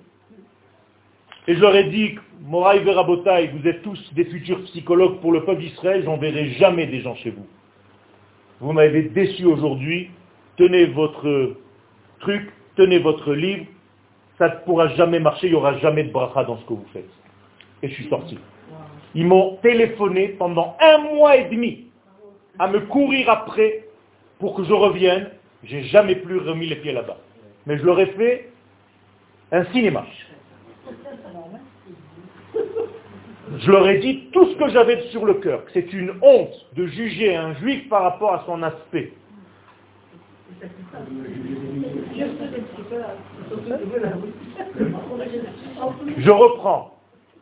et je leur ai dit, Moraï Verabotaï, vous êtes tous des futurs psychologues pour le peuple d'Israël, j'enverrai jamais des gens chez vous. Vous m'avez déçu aujourd'hui, tenez votre truc, tenez votre livre, ça ne pourra jamais marcher, il n'y aura jamais de bracha dans ce que vous faites. Et je suis sorti. Ils m'ont téléphoné pendant 1 mois et demi à me courir après pour que je revienne. J'ai jamais plus remis les pieds là-bas. Mais je leur ai fait un cinéma. Je leur ai dit tout ce que j'avais sur le cœur. C'est une honte de juger un juif par rapport à son aspect. Je reprends.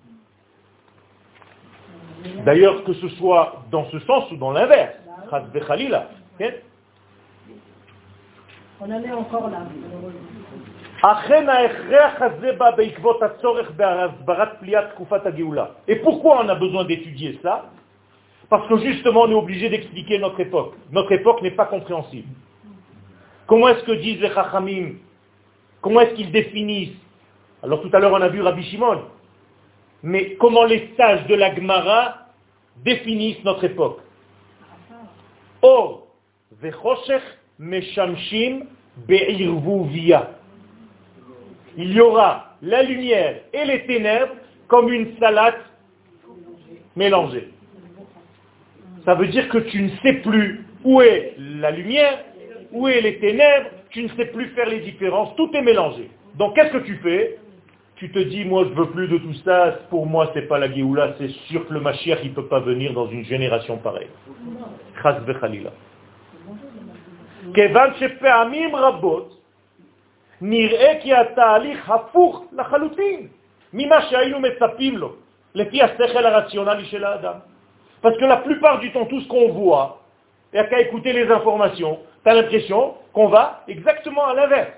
D'ailleurs, que ce soit dans ce sens ou dans l'inverse. On en est encore là. Et pourquoi on a besoin d'étudier ça? Parce que justement, on est obligé d'expliquer notre époque. Notre époque n'est pas compréhensible. Comment est-ce que disent les Chachamim? Comment est-ce qu'ils définissent? Alors tout à l'heure, on a vu Rabbi Shimon. Mais comment les sages de la Gemara définissent notre époque? Or, vechoshech meshamshim be'irvuvia. Il y aura la lumière et les ténèbres comme une salade mélangée. Ça veut dire que tu ne sais plus où est la lumière, où est les ténèbres, tu ne sais plus faire les différences, tout est mélangé. Donc qu'est-ce que tu fais? Tu te dis, moi je veux plus de tout ça, pour moi c'est pas la Géoula, c'est sûr que le Mashiach il ne peut pas venir dans une génération pareille. Chas v'chalila. Kevan shepe'amim rabot, nir'e ki ha'ta'alich hafuch lachalutin, mima she'aynu metzapim lo, lefi ha'sechel ha'rationali shel ha'adam. Parce que la plupart du temps, tout ce qu'on voit, il n'y a qu'à écouter les informations, tu as l'impression qu'on va exactement à l'inverse.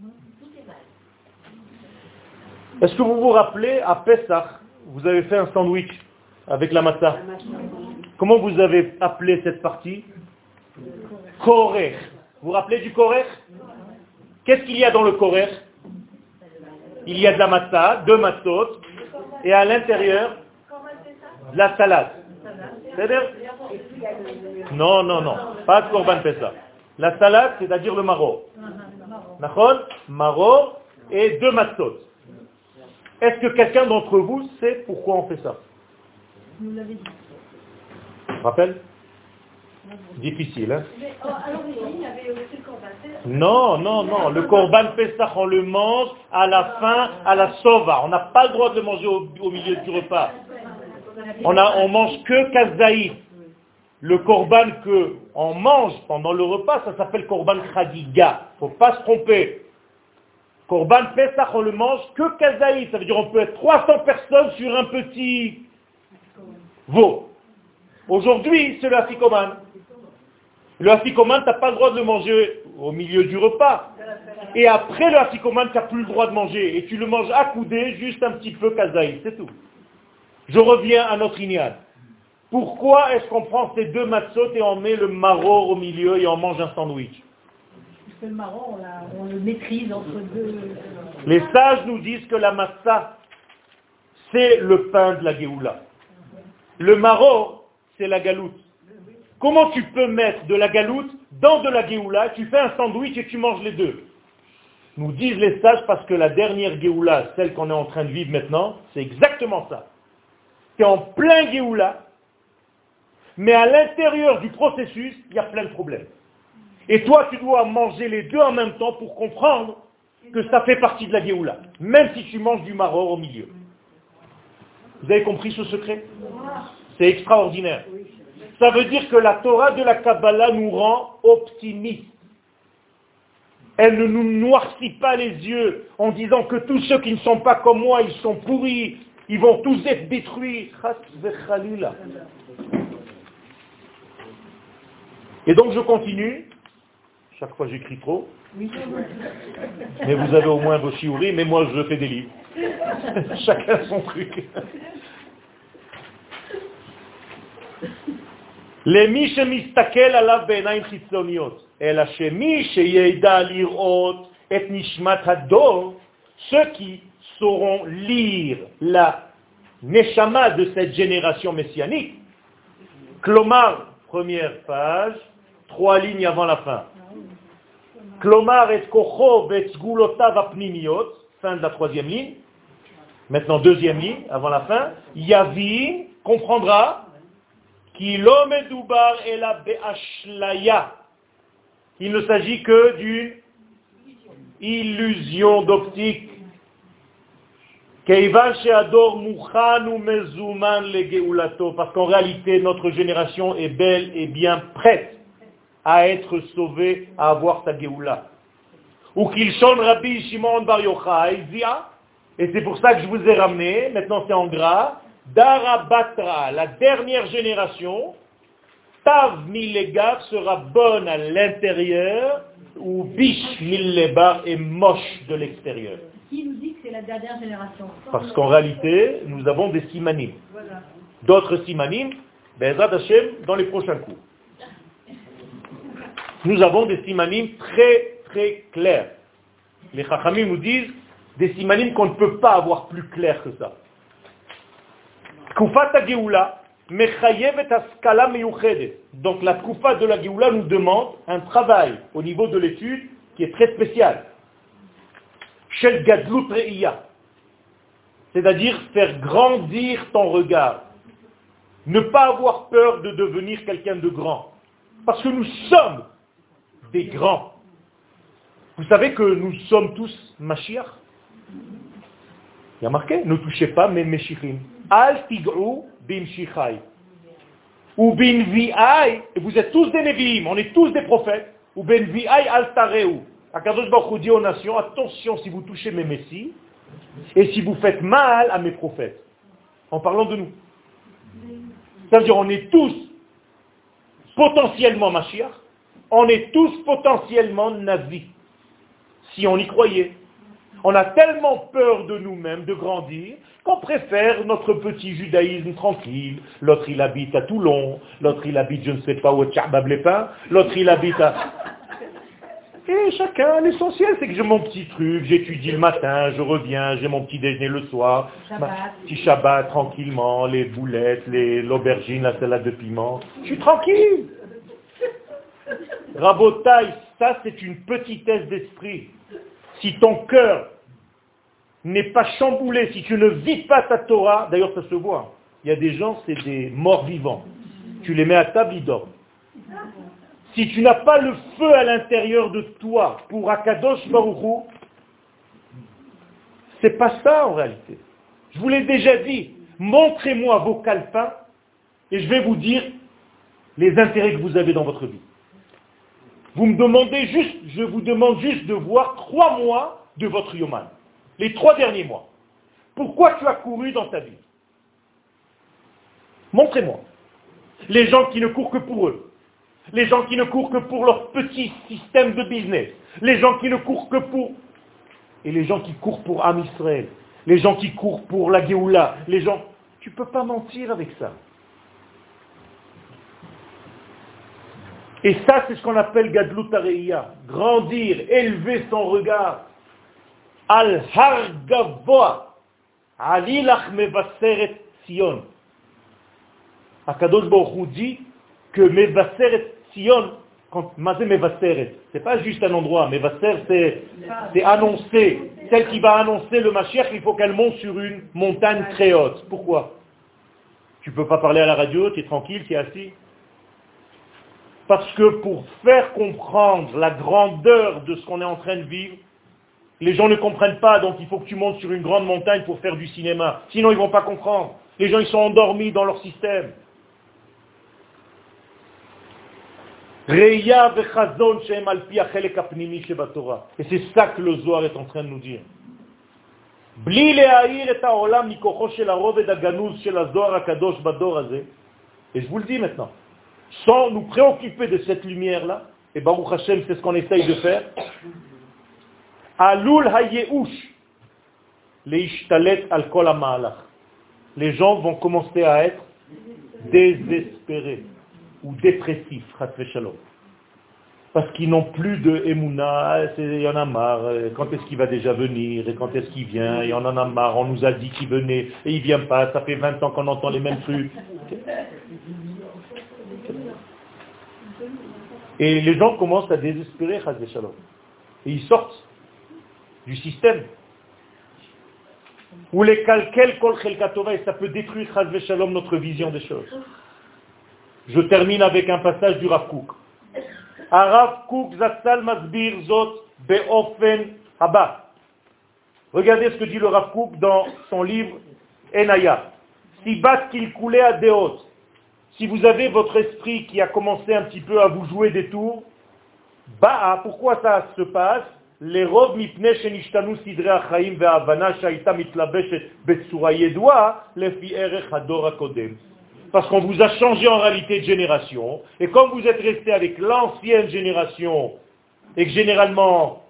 Est-ce que vous vous rappelez, à Pessah, vous avez fait un sandwich avec la matzah? Comment vous avez appelé cette partie? Korech. Vous vous rappelez du korech? Qu'est-ce qu'il y a dans le korech? Il y a de la matzah, 2 matzot, et à l'intérieur, de la salade. C'est-à-dire? Non, pas de korban pessah. La salade, c'est-à-dire le maror. Nachon? Maror et 2 matzot. Est-ce que quelqu'un d'entre vous sait pourquoi on fait ça? Vous l'avez dit. Rappelle? Difficile, hein? Mais, alors, il y avait aussi le corban. Non. Le korban pessah, on le mange à la fin, à la sova. On n'a pas le droit de le manger au milieu du repas. On mange que kazaï. Le korban que on mange pendant le repas, ça s'appelle korban chagiga. Faut pas se tromper. Korban Pesach, on le mange que kazaï. Ça veut dire on peut être 300 personnes sur un petit veau. Aujourd'hui, c'est le afikoman. Le afikoman, tu n'as pas le droit de le manger au milieu du repas. Et après le afikoman, tu n'as plus le droit de manger. Et tu le manges accoudé, juste un petit peu kazaï. C'est tout. Je reviens à notre ignade. Pourquoi est-ce qu'on prend ces 2 matzot et on met le maror au milieu et on mange un sandwich? Parce que le marron, on le maîtrise entre 2. Les sages nous disent que la matzah, c'est le pain de la Géoula. Le maror, c'est la galoute. Comment tu peux mettre de la galoute dans de la Géoula? Tu fais un sandwich et tu manges les 2. Nous disent les sages parce que la dernière Géoula, celle qu'on est en train de vivre maintenant, c'est exactement ça. Tu es en plein Géoula, mais à l'intérieur du processus, il y a plein de problèmes. Et toi, tu dois manger les 2 en même temps pour comprendre que ça fait partie de la Géoula, même si tu manges du maror au milieu. Vous avez compris ce secret? C'est extraordinaire. Ça veut dire que la Torah de la Kabbalah nous rend optimistes. Elle ne nous noircit pas les yeux en disant que tous ceux qui ne sont pas comme moi, ils sont pourris, ils vont tous être détruits. Et donc je continue. Chaque fois j'écris trop. Mais vous avez au moins vos shiurim, mais moi je fais des livres. Chacun son truc. למי שמסתכל עליו בעיניים חיצוניות, אלא שמי שידע לראות את נשמת הדור, ceux qui sauront lire la neshama de cette génération messianique, Klomar, première page, 3 lignes avant la fin. Klomar et kocho et sgulotav apnimiot, fin de la 3e ligne. Maintenant 2e ligne avant la fin. Yavin comprendra qu'il ne s'agit que d'une illusion d'optique. Parce qu'en réalité, notre génération est belle et bien prête à être sauvée, à avoir sa Géoula. Ou qu'il chante Rabbi Shimon Bar Yochai, et c'est pour ça que je vous ai ramené, maintenant c'est en gras, Darabatra, la dernière génération, Tav Milegav sera bonne à l'intérieur ou biche milleba est moche de l'extérieur. Qui nous dit que c'est la dernière génération? Parce qu'en réalité, nous avons des simanim. Voilà. D'autres simanim, Be'ezrat Hashem, dans les prochains cours. Nous avons des simanim très très clairs. Les chachamim nous disent des simanim qu'on ne peut pas avoir plus clairs que ça. Kufat ha-Geoula, mechayevet haskala meyuchedet. Donc la Kufa de la Geoula nous demande un travail au niveau de l'étude qui est très spécial. Shel gadlut reiya. C'est-à-dire faire grandir ton regard. Ne pas avoir peur de devenir quelqu'un de grand. Parce que nous sommes des grands. Vous savez que nous sommes tous Mashiach. Il y a marqué, ne touchez pas mes Meshichim. Al tig'u bimshichai. Ou binvi'ai, et vous êtes tous des Nevi'im, on est tous des prophètes. Ou binvi'ai al tareu. Akadosh Baruch Hu dit aux nations, attention si vous touchez mes messies, et si vous faites mal à mes prophètes. En parlant de nous. C'est-à-dire, on est tous potentiellement Mashiach, on est tous potentiellement Navi, si on y croyait. On a tellement peur de nous-mêmes, de grandir, qu'on préfère notre petit judaïsme tranquille. L'autre, il habite à Toulon, l'autre, il habite, je ne sais pas où, à Tcharbab-les-Pins, l'autre, il habite à... Et chacun, l'essentiel, c'est que j'ai mon petit truc, j'étudie le matin, je reviens, j'ai mon petit déjeuner le soir, petit Shabbat, tranquillement, les boulettes, l'aubergine, la salade de piment. Je suis tranquille. Rabotaï, ça c'est une petitesse d'esprit. Si ton cœur n'est pas chamboulé, si tu ne vis pas ta Torah, d'ailleurs ça se voit, il y a des gens, c'est des morts vivants. Tu les mets à table, ils dorment. Si tu n'as pas le feu à l'intérieur de toi pour Akadosh Baruch Hu, c'est pas ça en réalité. Je vous l'ai déjà dit, montrez-moi vos calepins et je vais vous dire les intérêts que vous avez dans votre vie. Vous me demandez juste, je vous demande juste de voir 3 mois de votre Yoman. Les 3 derniers mois. Pourquoi tu as couru dans ta vie? Montrez-moi. Les gens qui ne courent que pour eux. Les gens qui ne courent que pour leur petit système de business. Les gens qui ne courent que pour... Et les gens qui courent pour Am Israël. Les gens qui courent pour la Géoula. Les gens... Tu ne peux pas mentir avec ça. Et ça, c'est ce qu'on appelle Gadlut HaReiya. Grandir, élever son regard. Al-Har Gavoa. Alilach Mevaseret Sion. Akadosh Baruch Hu dit que Mevaseret Sion, quand Mazé Mevaseret, c'est pas juste un endroit, Mevaser c'est annoncer. Celle qui va annoncer le Mashiach, il faut qu'elle monte sur une montagne très haute. Pourquoi? Tu peux pas parler à la radio, tu es tranquille, tu es assis. Parce que pour faire comprendre la grandeur de ce qu'on est en train de vivre, les gens ne comprennent pas, donc il faut que tu montes sur une grande montagne pour faire du cinéma. Sinon ils ne vont pas comprendre. Les gens ils sont endormis dans leur système. Et c'est ça que le Zohar est en train de nous dire. Et je vous le dis maintenant, sans nous préoccuper de cette lumière-là, et Baruch Hashem, c'est ce qu'on essaye de faire, Alul hayeush, leishtalet al kol ha'ma'alach. Les gens vont commencer à être désespérés ou dépressifs, chas v'shalom. Parce qu'ils n'ont plus de émouna, il y en a marre, quand est-ce qu'il va déjà venir, et quand est-ce qu'il vient, et on en a marre, on nous a dit qu'il venait, et il vient pas, ça fait 20 ans qu'on entend les mêmes trucs. Et les gens commencent à désespérer, chas v'shalom. Et ils sortent du système. Ou les kalkel kol chelkatova, et ça peut détruire, chas v'shalom, notre vision des choses. Je termine avec un passage du Rav Kook. Rav Kook Zatzal Masbir Zot Beofen Haba. Regardez ce que dit le Rav Kook dans son livre Enaya. Sibat qu'il coulait à Deot. Si vous avez votre esprit qui a commencé un petit peu à vous jouer des tours, Ba'a, pourquoi ça se passe? Les rov mipne shenishtanu sidre achaim ve'avana shaita mitlabeshet betsura yedua lefi erech hador hakodem. Parce qu'on vous a changé en réalité de génération, et comme vous êtes resté avec l'ancienne génération et que généralement,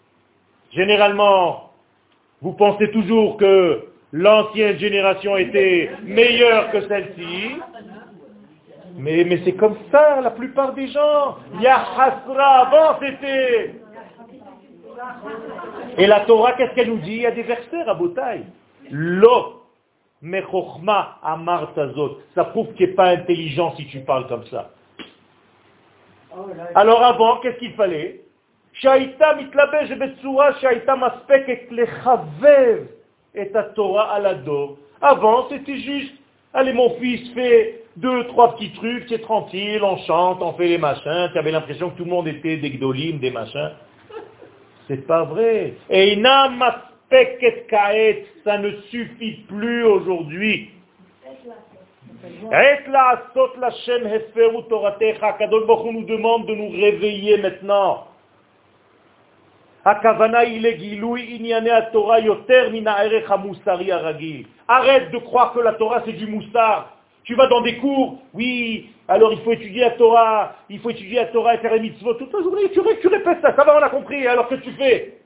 vous pensez toujours que l'ancienne génération était meilleure que celle-ci, mais c'est comme ça la plupart des gens. Ya Hasra, avant c'était... Et la Torah, qu'est-ce qu'elle nous dit? Il y a des versets, Rabotai. Lo mechochma amar tazot. Ça prouve qu'il n'est pas intelligent si tu parles comme ça. Alors avant, qu'est-ce qu'il fallait? Shaita mitlabesh betsura shaita maspeket lechavev et ta Torah à la dor. Avant, c'était juste, allez mon fils, fais 2, 3 petits trucs, tu es tranquille, on chante, on fait les machins, tu avais l'impression que tout le monde était des gdolim, des machins. C'est pas vrai. Eina maspeket kaet, ça ne suffit plus aujourd'hui. Et la asot la shem heferu toratecha, Kadosh Baruch Hu nous demande de nous réveiller maintenant. Hakavana ile gilui inyane a Torah yoter mina erech hamusari aragil. Arrête de croire que la Torah c'est du moussar. Tu vas dans des cours, oui, alors il faut étudier la Torah, et faire les mitzvot toute la journée, tu répètes ça va, on a compris, alors que tu fais?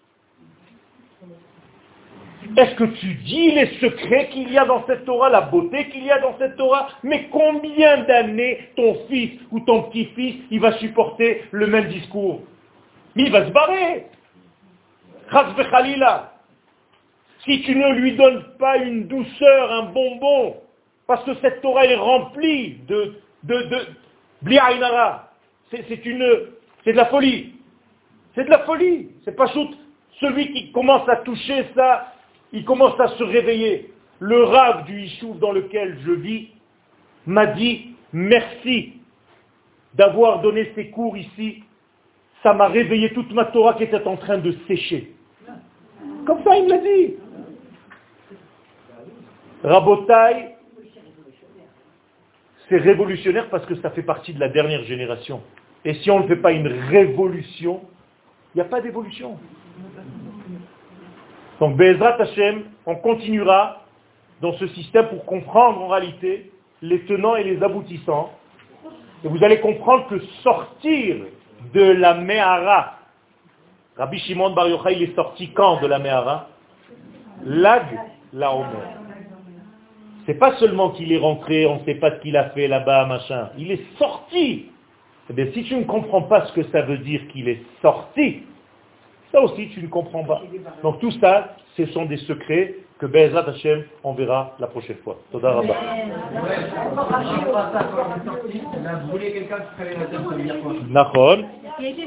Est-ce que tu dis les secrets qu'il y a dans cette Torah, la beauté qu'il y a dans cette Torah? Mais combien d'années ton fils ou ton petit-fils, il va supporter le même discours? Mais il va se barrer. Chas v'chalila. Si tu ne lui donnes pas une douceur, un bonbon, parce que cette Torah est remplie de bli aynara. C'est de la folie. C'est de la folie. C'est pas shoot. Celui qui commence à toucher ça, il commence à se réveiller. Le Rav du Yishuv dans lequel je vis m'a dit merci d'avoir donné ces cours ici. Ça m'a réveillé toute ma Torah qui était en train de sécher. Comme ça, il me l'a dit. Rabotai, c'est révolutionnaire parce que ça fait partie de la dernière génération. Et si on ne fait pas une révolution, il n'y a pas d'évolution. Donc, Be'ezrat Hashem, on continuera dans ce système pour comprendre en réalité les tenants et les aboutissants. Et vous allez comprendre que sortir de la Mehara, Rabbi Shimon Bar Yochai, il est sorti quand de la Mehara? Lag la Omer. C'est pas seulement qu'il est rentré, on ne sait pas ce qu'il a fait là-bas, machin. Il est sorti. Eh bien, si tu ne comprends pas ce que ça veut dire qu'il est sorti, ça aussi tu ne comprends pas. Donc tout ça, ce sont des secrets que Be'ezrat Hashem, on verra la prochaine fois. Toda Rabba. Nachon.